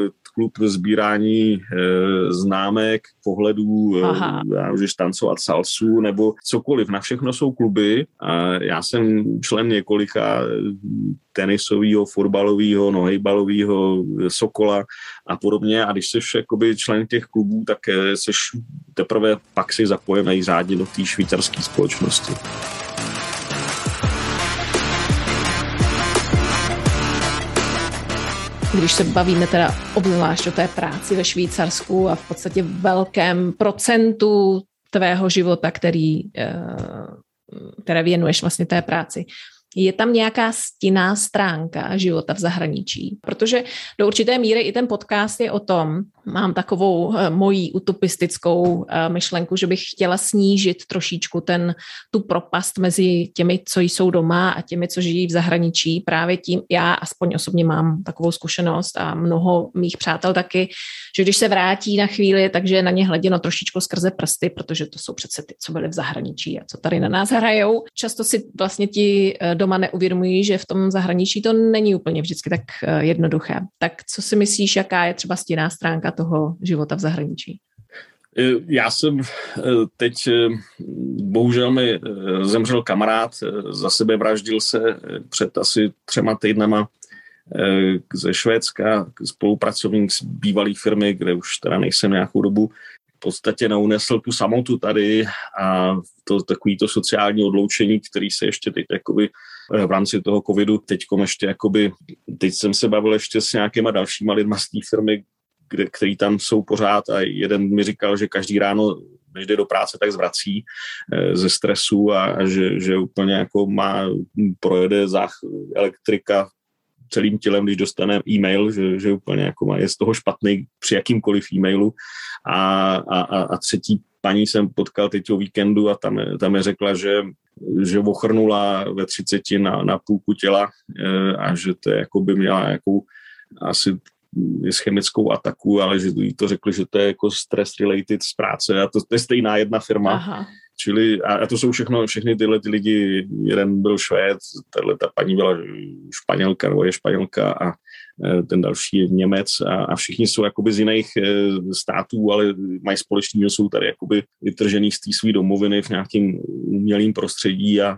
sbírání známek, pohledů, můžeš tancovat salsu nebo cokoliv. Na všechno jsou kluby a já jsem člen několika tenisového, fotbalového, nohejbalového, Sokola a podobně. A když jsi jakoby člen těch klubů, tak jsi teprve pak si zapojený řádně do té švýcarské společnosti. Když se bavíme teda obzvlášť o té práci ve Švýcarsku a v podstatě velkém procentu tvého života, které věnuješ vlastně té práci, je tam nějaká stinná stránka života v zahraničí? Protože do určité míry i ten podcast je o tom, mám takovou moji utopistickou myšlenku, že bych chtěla snížit trošičku tu propast mezi těmi, co jsou doma a těmi, co žijí v zahraničí. Právě tím já aspoň osobně mám takovou zkušenost a mnoho mých přátel taky, že když se vrátí na chvíli, takže na ně hleděno trošičku skrze prsty, protože to jsou přece ty, co byli v zahraničí a co tady na nás hrajou. Často si vlastně ti doma neuvědomují, že v tom zahraničí to není úplně vždycky tak jednoduché. Tak co si myslíš, jaká je třeba stinná stránka toho života v zahraničí? Já jsem teď, bohužel mi zemřel kamarád, za sebe vraždil se před asi 3 týdnama ze Švédska, spolupracovník z bývalé firmy, kde už teda nejsem nějakou dobu, v podstatě neunesl tu samotu tady a takový to sociální odloučení, který se ještě teď jakoby v rámci toho covidu teďkom ještě jakoby, teď jsem se bavil ještě s nějakýma dalšíma lidma z té firmy, který tam jsou pořád a jeden mi říkal, že každý ráno, než jde do práce, tak zvrací ze stresu a že úplně jako projede elektrika celým tělem, když dostane e-mail, že úplně jako je z toho špatný při jakýmkoliv e-mailu. A třetí paní jsem potkal teď o víkendu a tam mi řekla, že ochrnula ve 30 na půlku těla a že to jako by měla asi s chemickou ataku, ale že jí to řekli, že to je jako stress related z práce a to je stejná jedna firma. Aha. Čili, a to jsou všechny tyhle ty lidi, jeden byl Švéd, ta paní byla Španělka, nebo je Španělka a ten další je Němec a všichni jsou jakoby z jiných států, ale mají společného, jsou tady jakoby vytržený z té své domoviny v nějakým umělým prostředí a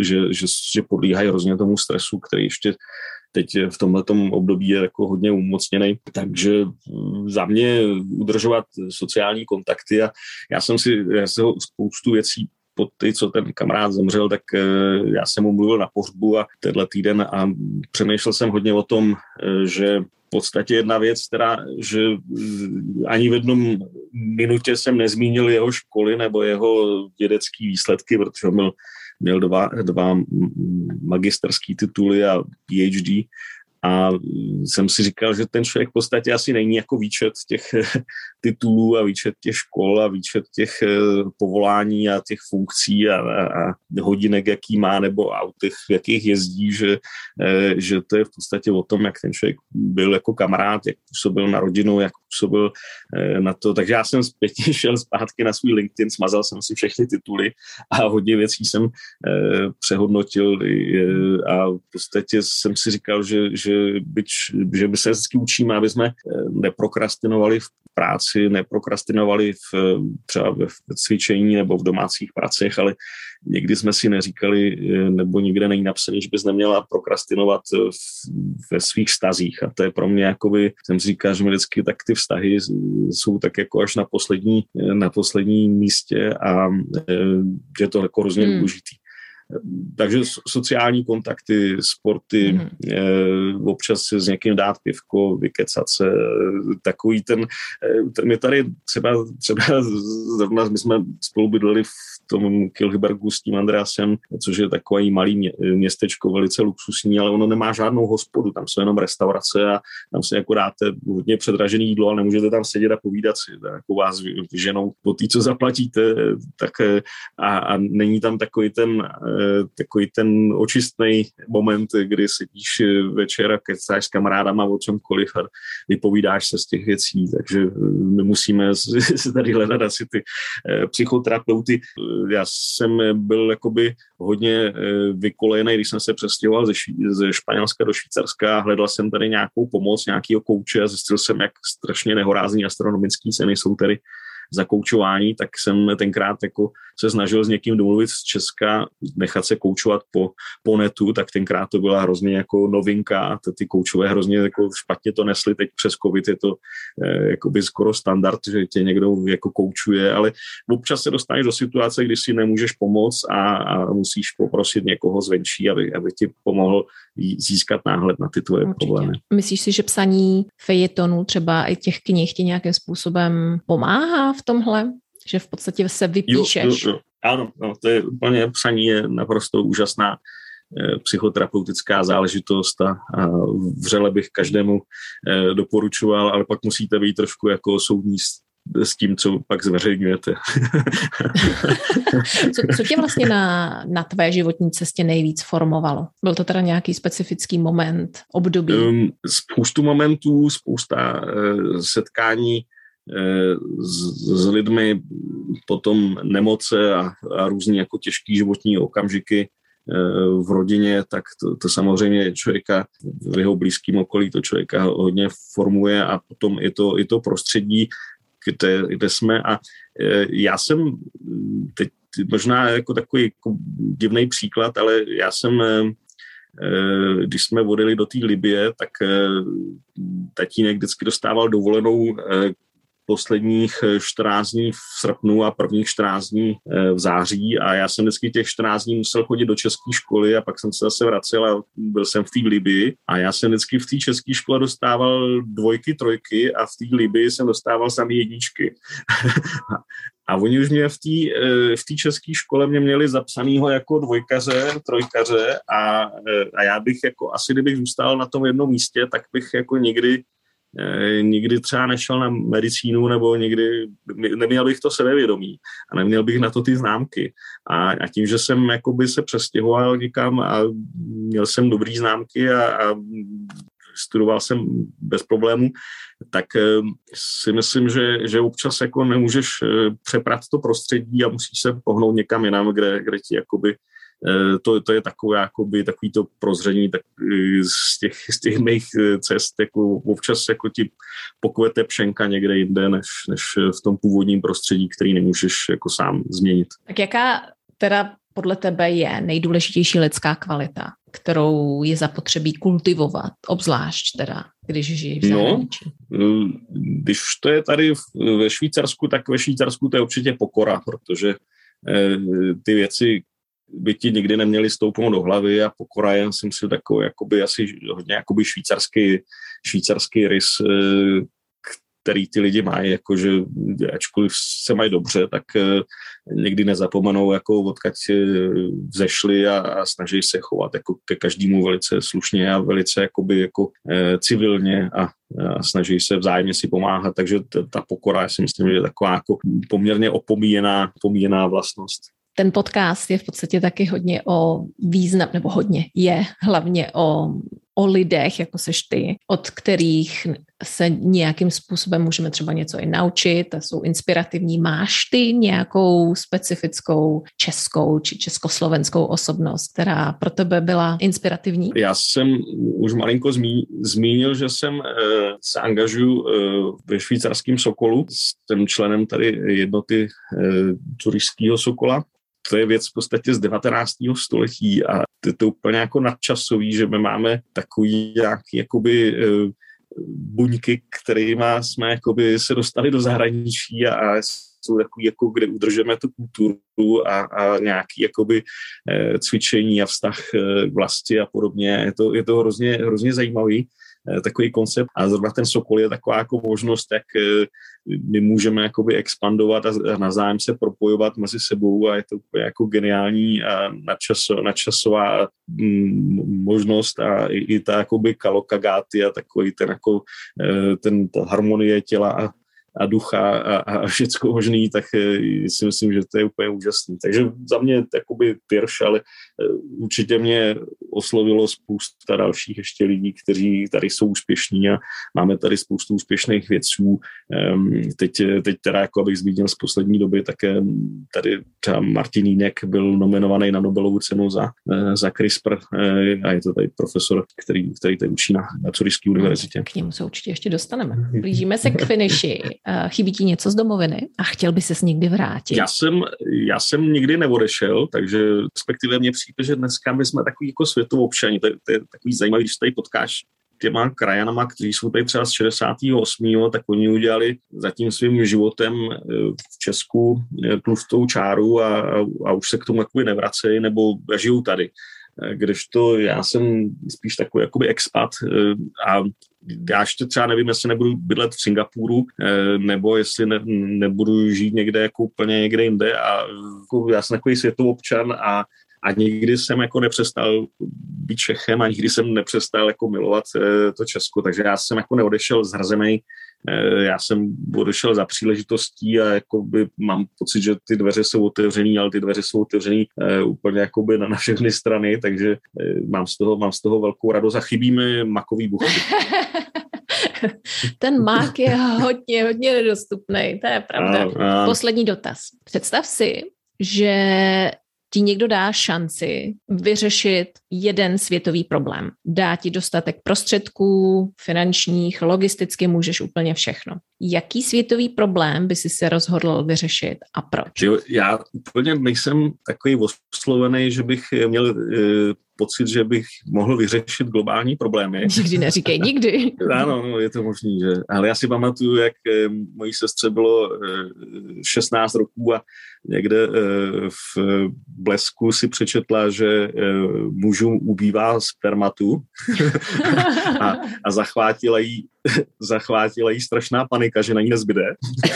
že podlíhají hrozně tomu stresu, který ještě teď v tomhletom období je jako hodně umocněný. Takže za mě udržovat sociální kontakty a já jsem spoustu věcí po ty, co ten kamarád zemřel, tak já jsem mu mluvil na pohřbu a tenhle týden a přemýšlel jsem hodně o tom, že v podstatě jedna věc, že ani v jednom minutě jsem nezmínil jeho školy nebo jeho vědecké výsledky, protože měl dva magisterský tituly a PhD a jsem si říkal, že ten člověk v podstatě asi není jako výčet těch titulů a výčet těch škol a výčet těch povolání a těch funkcí a hodinek, jaký má, nebo autech, v jakých jezdí, že to je v podstatě o tom, jak ten člověk byl jako kamarád, jak působil na rodinu, jak působil na to. Takže já jsem zpětně šel zpátky na svůj LinkedIn, smazal jsem si všechny tituly a hodně věcí jsem přehodnotil a v podstatě jsem si říkal, že my se vždycky učíme, aby jsme neprokrastinovali v práci, neprokrastinovali třeba v cvičení nebo v domácích pracech, ale někdy jsme si neříkali, nebo nikde není napsaný, že bys neměla prokrastinovat ve svých vztazích. A to je pro mě, jakoby, jsem si říkal, že mi vždycky tak ty vztahy jsou tak jako až na poslední místě a že to jako hrozně důležitý. Takže sociální kontakty, sporty, občas s někým dát pivko, vykecat se, takový my tady třeba zrovna my jsme spolu bydleli v tom Kilhybergu s tím Andreasem, což je takový malý městečko, velice luxusní, ale ono nemá žádnou hospodu, tam jsou jenom restaurace a tam si jako dáte hodně předražené jídlo, ale nemůžete tam sedět a povídat si, jako vás vyženou po té, co zaplatíte, tak a není tam takový ten očistný moment, kdy sedíš večer a kecáš s kamarádama o čemkoliv a vypovídáš se z těch věcí, takže my musíme si tady hledat asi ty psychoterapeuty. Já jsem byl jakoby hodně vykolejený, když jsem se přestěhoval ze Španělska do Švýcarska a hledal jsem tady nějakou pomoc, nějakýho kouče a zjistil jsem, jak strašně nehorázný astronomický ceny jsou tady za koučování, tak jsem tenkrát jako se snažil s někým domluvit z Česka, nechat se koučovat po netu, tak tenkrát to byla hrozně jako novinka a ty koučové hrozně jako špatně to nesli, teď přes covid je to jakoby skoro standard, že tě někdo jako koučuje, ale občas se dostaneš do situace, kdy si nemůžeš pomoct a musíš poprosit někoho zvenčí, aby ti pomohl získat náhled na ty tvoje problémy. Myslíš si, že psaní fejetonů, třeba i těch knih, ti nějakým způsobem pomáhá v tomhle? Že v podstatě se vypíšeš? Jo. Ano, to je úplně, psaní je naprosto úžasná psychoterapeutická záležitost a vřele bych každému doporučoval, ale pak musíte být trošku jako soudní s tím, co pak zveřejňujete. Co tě vlastně na tvé životní cestě nejvíc formovalo? Byl to teda nějaký specifický moment, období? Spoustu momentů, spousta setkání s lidmi, potom nemoce a různý jako těžký životní okamžiky v rodině, tak to samozřejmě člověka v jeho blízkém okolí to člověka hodně formuje a potom je to prostředí, kde jsme a já jsem teď možná jako takový jako divný příklad, ale já jsem když jsme odjeli do té Libye, tak tatínek vždycky dostával dovolenou posledních 14 dní v srpnu a prvních 14 dní v září a já jsem vždycky těch 14 dní musel chodit do české školy a pak jsem se zase vracel a byl jsem v té Libii a já jsem vždycky v té české škole dostával 2, 3 a v té Libii jsem dostával samý 1. A oni už mě v té české škole mě měli zapsanýho jako 2, 3 a já bych jako asi, kdybych zůstal na tom jednom místě, tak bych jako nikdy třeba nešel na medicínu nebo nikdy neměl bych to sebevědomí a neměl bych na to ty známky. A tím, že jsem jakoby se přestěhoval někam a měl jsem dobrý známky a studoval jsem bez problémů, tak si myslím, že občas jako nemůžeš přeprat to prostředí a musíš se pohnout někam jinam, kde ti jakoby to je takové jakoby takový to prozření tak z těch mých cest, jako občas jako ti pokvete pšenka někde jinde, než v tom původním prostředí, který nemůžeš jako sám změnit. Tak jaká teda podle tebe je nejdůležitější lidská kvalita, kterou je zapotřebí kultivovat, obzvlášť teda, když žiješ v zahraničí? No, když to je tady ve Švýcarsku, tak ve Švýcarsku to je určitě pokora, protože ty věci by ti nikdy neměli stoupnout do hlavy a pokora je, si myslím, takový jakoby asi hodně jakoby švýcarský rys, který ty lidi mají, jakože ačkoliv se mají dobře, tak někdy nezapomenou, jako odkud vzešli a snaží se chovat jako ke každému velice slušně a velice jakoby jako civilně a snaží se vzájemně si pomáhat, takže ta pokora, já si myslím, že je taková jako poměrně opomíjená vlastnost. Ten podcast je v podstatě taky hodně o význam, nebo hodně je hlavně o lidech, jako seš ty, od kterých se nějakým způsobem můžeme třeba něco i naučit a jsou inspirativní. Máš ty nějakou specifickou českou či československou osobnost, která pro tebe byla inspirativní? Já jsem už malinko zmínil, že jsem se angažuju ve švýcarském Sokolu. Jsem členem tady jednoty turistického Sokola. To je věc v podstatě z 19. století a je to úplně jako nadčasový, že my máme takový nějaký jakoby buňky, kterými jsme jakoby se dostali do zahraničí a jsou takový, jako kde udržeme tu kulturu a nějaký jakoby cvičení a vztah k vlasti a podobně. Je to hrozně zajímavý takový koncept a zrovna ten Sokol je taková jako možnost, jak my můžeme jakoby expandovat a navzájem se propojovat mezi sebou a je to úplně jako geniální a nadčasová možnost a i ta jakoby kalokagáty a takový ten jako ta harmonie těla a ducha a všecko možný, tak si myslím, že to je úplně úžasný. Takže za mě jakoby Pirš, ale určitě mě oslovilo spousta dalších ještě lidí, kteří tady jsou úspěšní a máme tady spoustu úspěšných vědců. Teď teda, jako abych zmínil z poslední doby, tak tady třeba Martin Jínek byl nominovaný na Nobelovu cenu za CRISPR a je to tady profesor, který tady učí na Curyšské univerzitě. K němu se určitě ještě dostaneme. Blížíme se k finiši. Chybí ti něco z domoviny a chtěl by ses někdy vrátit? Já jsem nikdy neodešel, takže respektive mně přijde, že dneska my jsme takový jako světovobčani. To je takový zajímavý, když tady potkáš těma krajanama, kteří jsou tady třeba z 68. tak oni udělali za tím svým životem v Česku tlustou čáru a už se k tomu jakoby nevracejí nebo žijou tady. Kdežto já jsem spíš takový jakoby expat a já ještě třeba nevím, jestli nebudu bydlet v Singapuru, nebo jestli nebudu žít někde jako úplně někde jinde a jako já jsem takový světovobčan a nikdy jsem jako nepřestal být Čechem a nikdy jsem nepřestal jako milovat to Česko, takže já jsem jako neodešel zhrzenej, já jsem odešel za příležitostí a jakoby mám pocit, že ty dveře jsou otevřený, ale ty dveře jsou otevřený úplně jakoby na všechny strany, takže mám z toho velkou radost a chybí mi makový buchty. Ten mák je hodně nedostupný, to je pravda. Poslední dotaz. Představ si, že ti někdo dá šanci vyřešit jeden světový problém. Dá ti dostatek prostředků, finančních, logisticky můžeš úplně všechno. Jaký světový problém by si se rozhodl vyřešit a proč? Jo, já úplně nejsem takový oslovený, že bych měl pocit, že bych mohl vyřešit globální problémy. Nikdy neříkej nikdy. Ano, je to možný, že. Ale já si pamatuju, jak mojí sestře bylo 16 roků a někde v Blesku si přečetla, že mužům ubývá spermatu a zachvátila jí strašná panika, že na ní nezbyde.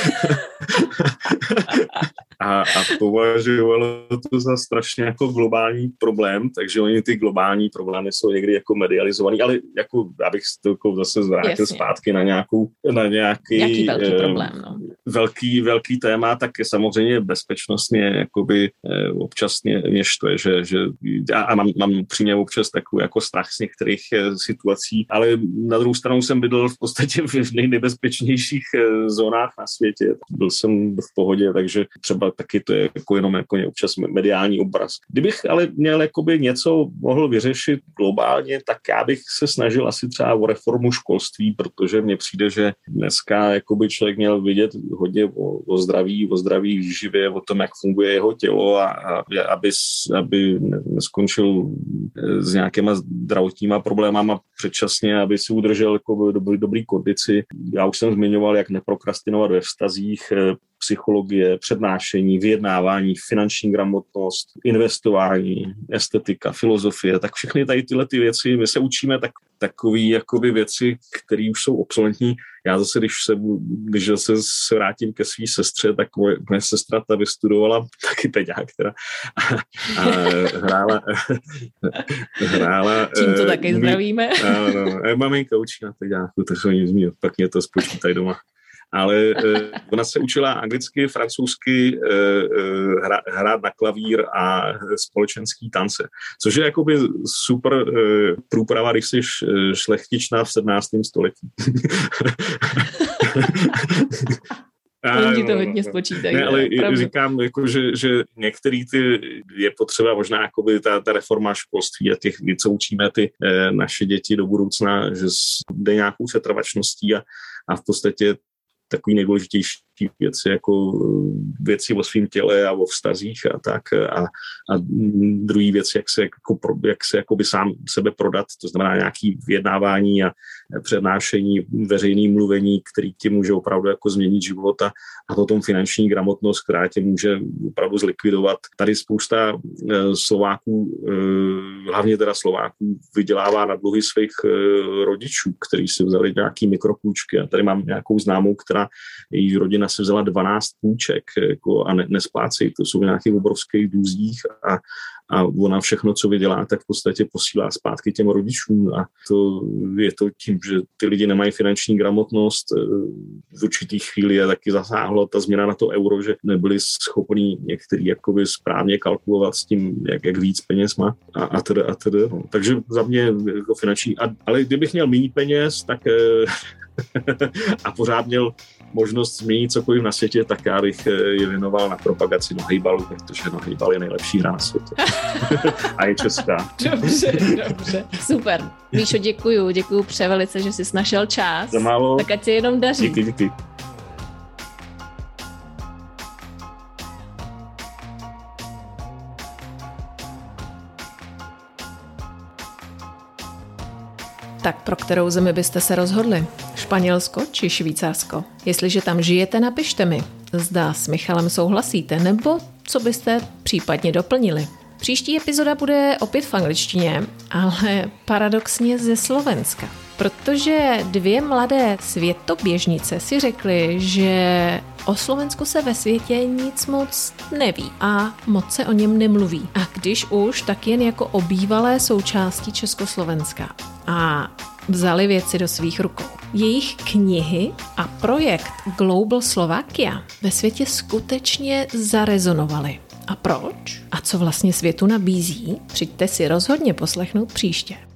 A považovalo to za strašně jako globální problém, takže oni ty globální problémy jsou někdy jako medializovaný, ale jako abych to zase zvrátil zpátky na nějaký jaký velký problém, no. velký téma, tak je samozřejmě bezpečnost mě jakoby občas mě štve, že a mám přímě občas takový jako strach z některých situací, ale na druhou stranu jsem bydlel v podstatě v nejnebezpečnějších zónách na světě. Byl jsem v pohodě, takže třeba taky to je jako jenom jako občas mediální obraz. Kdybych ale měl jakoby něco mohl vyřešit globálně, tak já bych se snažil asi třeba o reformu školství, protože mně přijde, že dneska jakoby člověk měl vidět hodně o zdraví výživě, o tom, jak funguje jeho tělo a aby neskončil s nějakýma zdravotníma problémama předčasně, aby si udržel jako dobrý kondici. Já už jsem zmiňoval, jak neprokrastinovat ve vztazích, psychologie, přednášení, vyjednávání, finanční gramotnost, investování, estetika, filozofie, tak všechny tady tyhle ty věci, my se učíme takový jakoby věci, které už jsou obsolentní. Já zase, když zase se vrátím ke své sestře, tak moje sestra ta vystudovala taky peďák, která hrála čím to taky zdravíme. Maminka učí na peďáku, takže oni zmíní, pak mě to spočítají doma. Ale ona se učila anglicky, francouzsky, hrát na klavír a společenský tance, což je jakoby super průprava, když jsi šlechtičná v 17. století. Oni to hodně spočítají. Ne, ale říkám, jako, že některý ty je potřeba možná jakoby ta reforma školství a těch, co učíme ty naše děti do budoucna, že jde nějakou setrvačností a v podstatě takový nejdůležitější věci, jako věci o svém těle a o vztazích a tak. A druhý věc, jak se jakoby sám sebe prodat, to znamená nějaký vyjednávání a přednášení, veřejný mluvení, který ti může opravdu jako změnit život a potom finanční gramotnost, která tě může opravdu zlikvidovat. Tady spousta Slováků, hlavně teda Slováků, vydělává na dluhy svých rodičů, kteří si vzali nějaký mikropůjčky. A tady mám nějakou známou, která její rodina si vzala 12 půjček jako, a nesplácejí. To jsou nějakých obrovských dluzích a ona všechno, co vydělá, tak v podstatě posílá zpátky těm rodičům a to je to tím, že ty lidi nemají finanční gramotnost. V určitý chvíli je taky zasáhlo ta změna na to euro, že nebyli schopní některý jakoby správně kalkulovat s tím, jak víc peněz má a tedy. No. Takže za mě jako finanční, ale kdybych měl méně peněz, tak a pořád měl možnost změnit cokoliv na světě, tak já bych je věnoval na propagaci nohejbalu, protože nohejbal je nejlepší hra na světě. A je česká. Dobře. Super. Míšo, děkuju převelice, že jsi našel čas. Za málo. Tak ať se jenom daří. Díky. Tak pro kterou zemi byste se rozhodli? Španělsko či Švýcarsko? Jestliže tam žijete, napište mi. Zda s Michalem souhlasíte, nebo co byste případně doplnili. Příští epizoda bude opět v angličtině, ale paradoxně ze Slovenska. Protože dvě mladé světoběžnice si řekly, že o Slovensku se ve světě nic moc neví a moc se o něm nemluví. A když už, tak jen jako o bývalé součásti Československa. A vzali věci do svých rukou. Jejich knihy a projekt Global Slovakia ve světě skutečně zarezonovaly. A proč? A co vlastně světu nabízí? Přijďte si rozhodně poslechnout příště.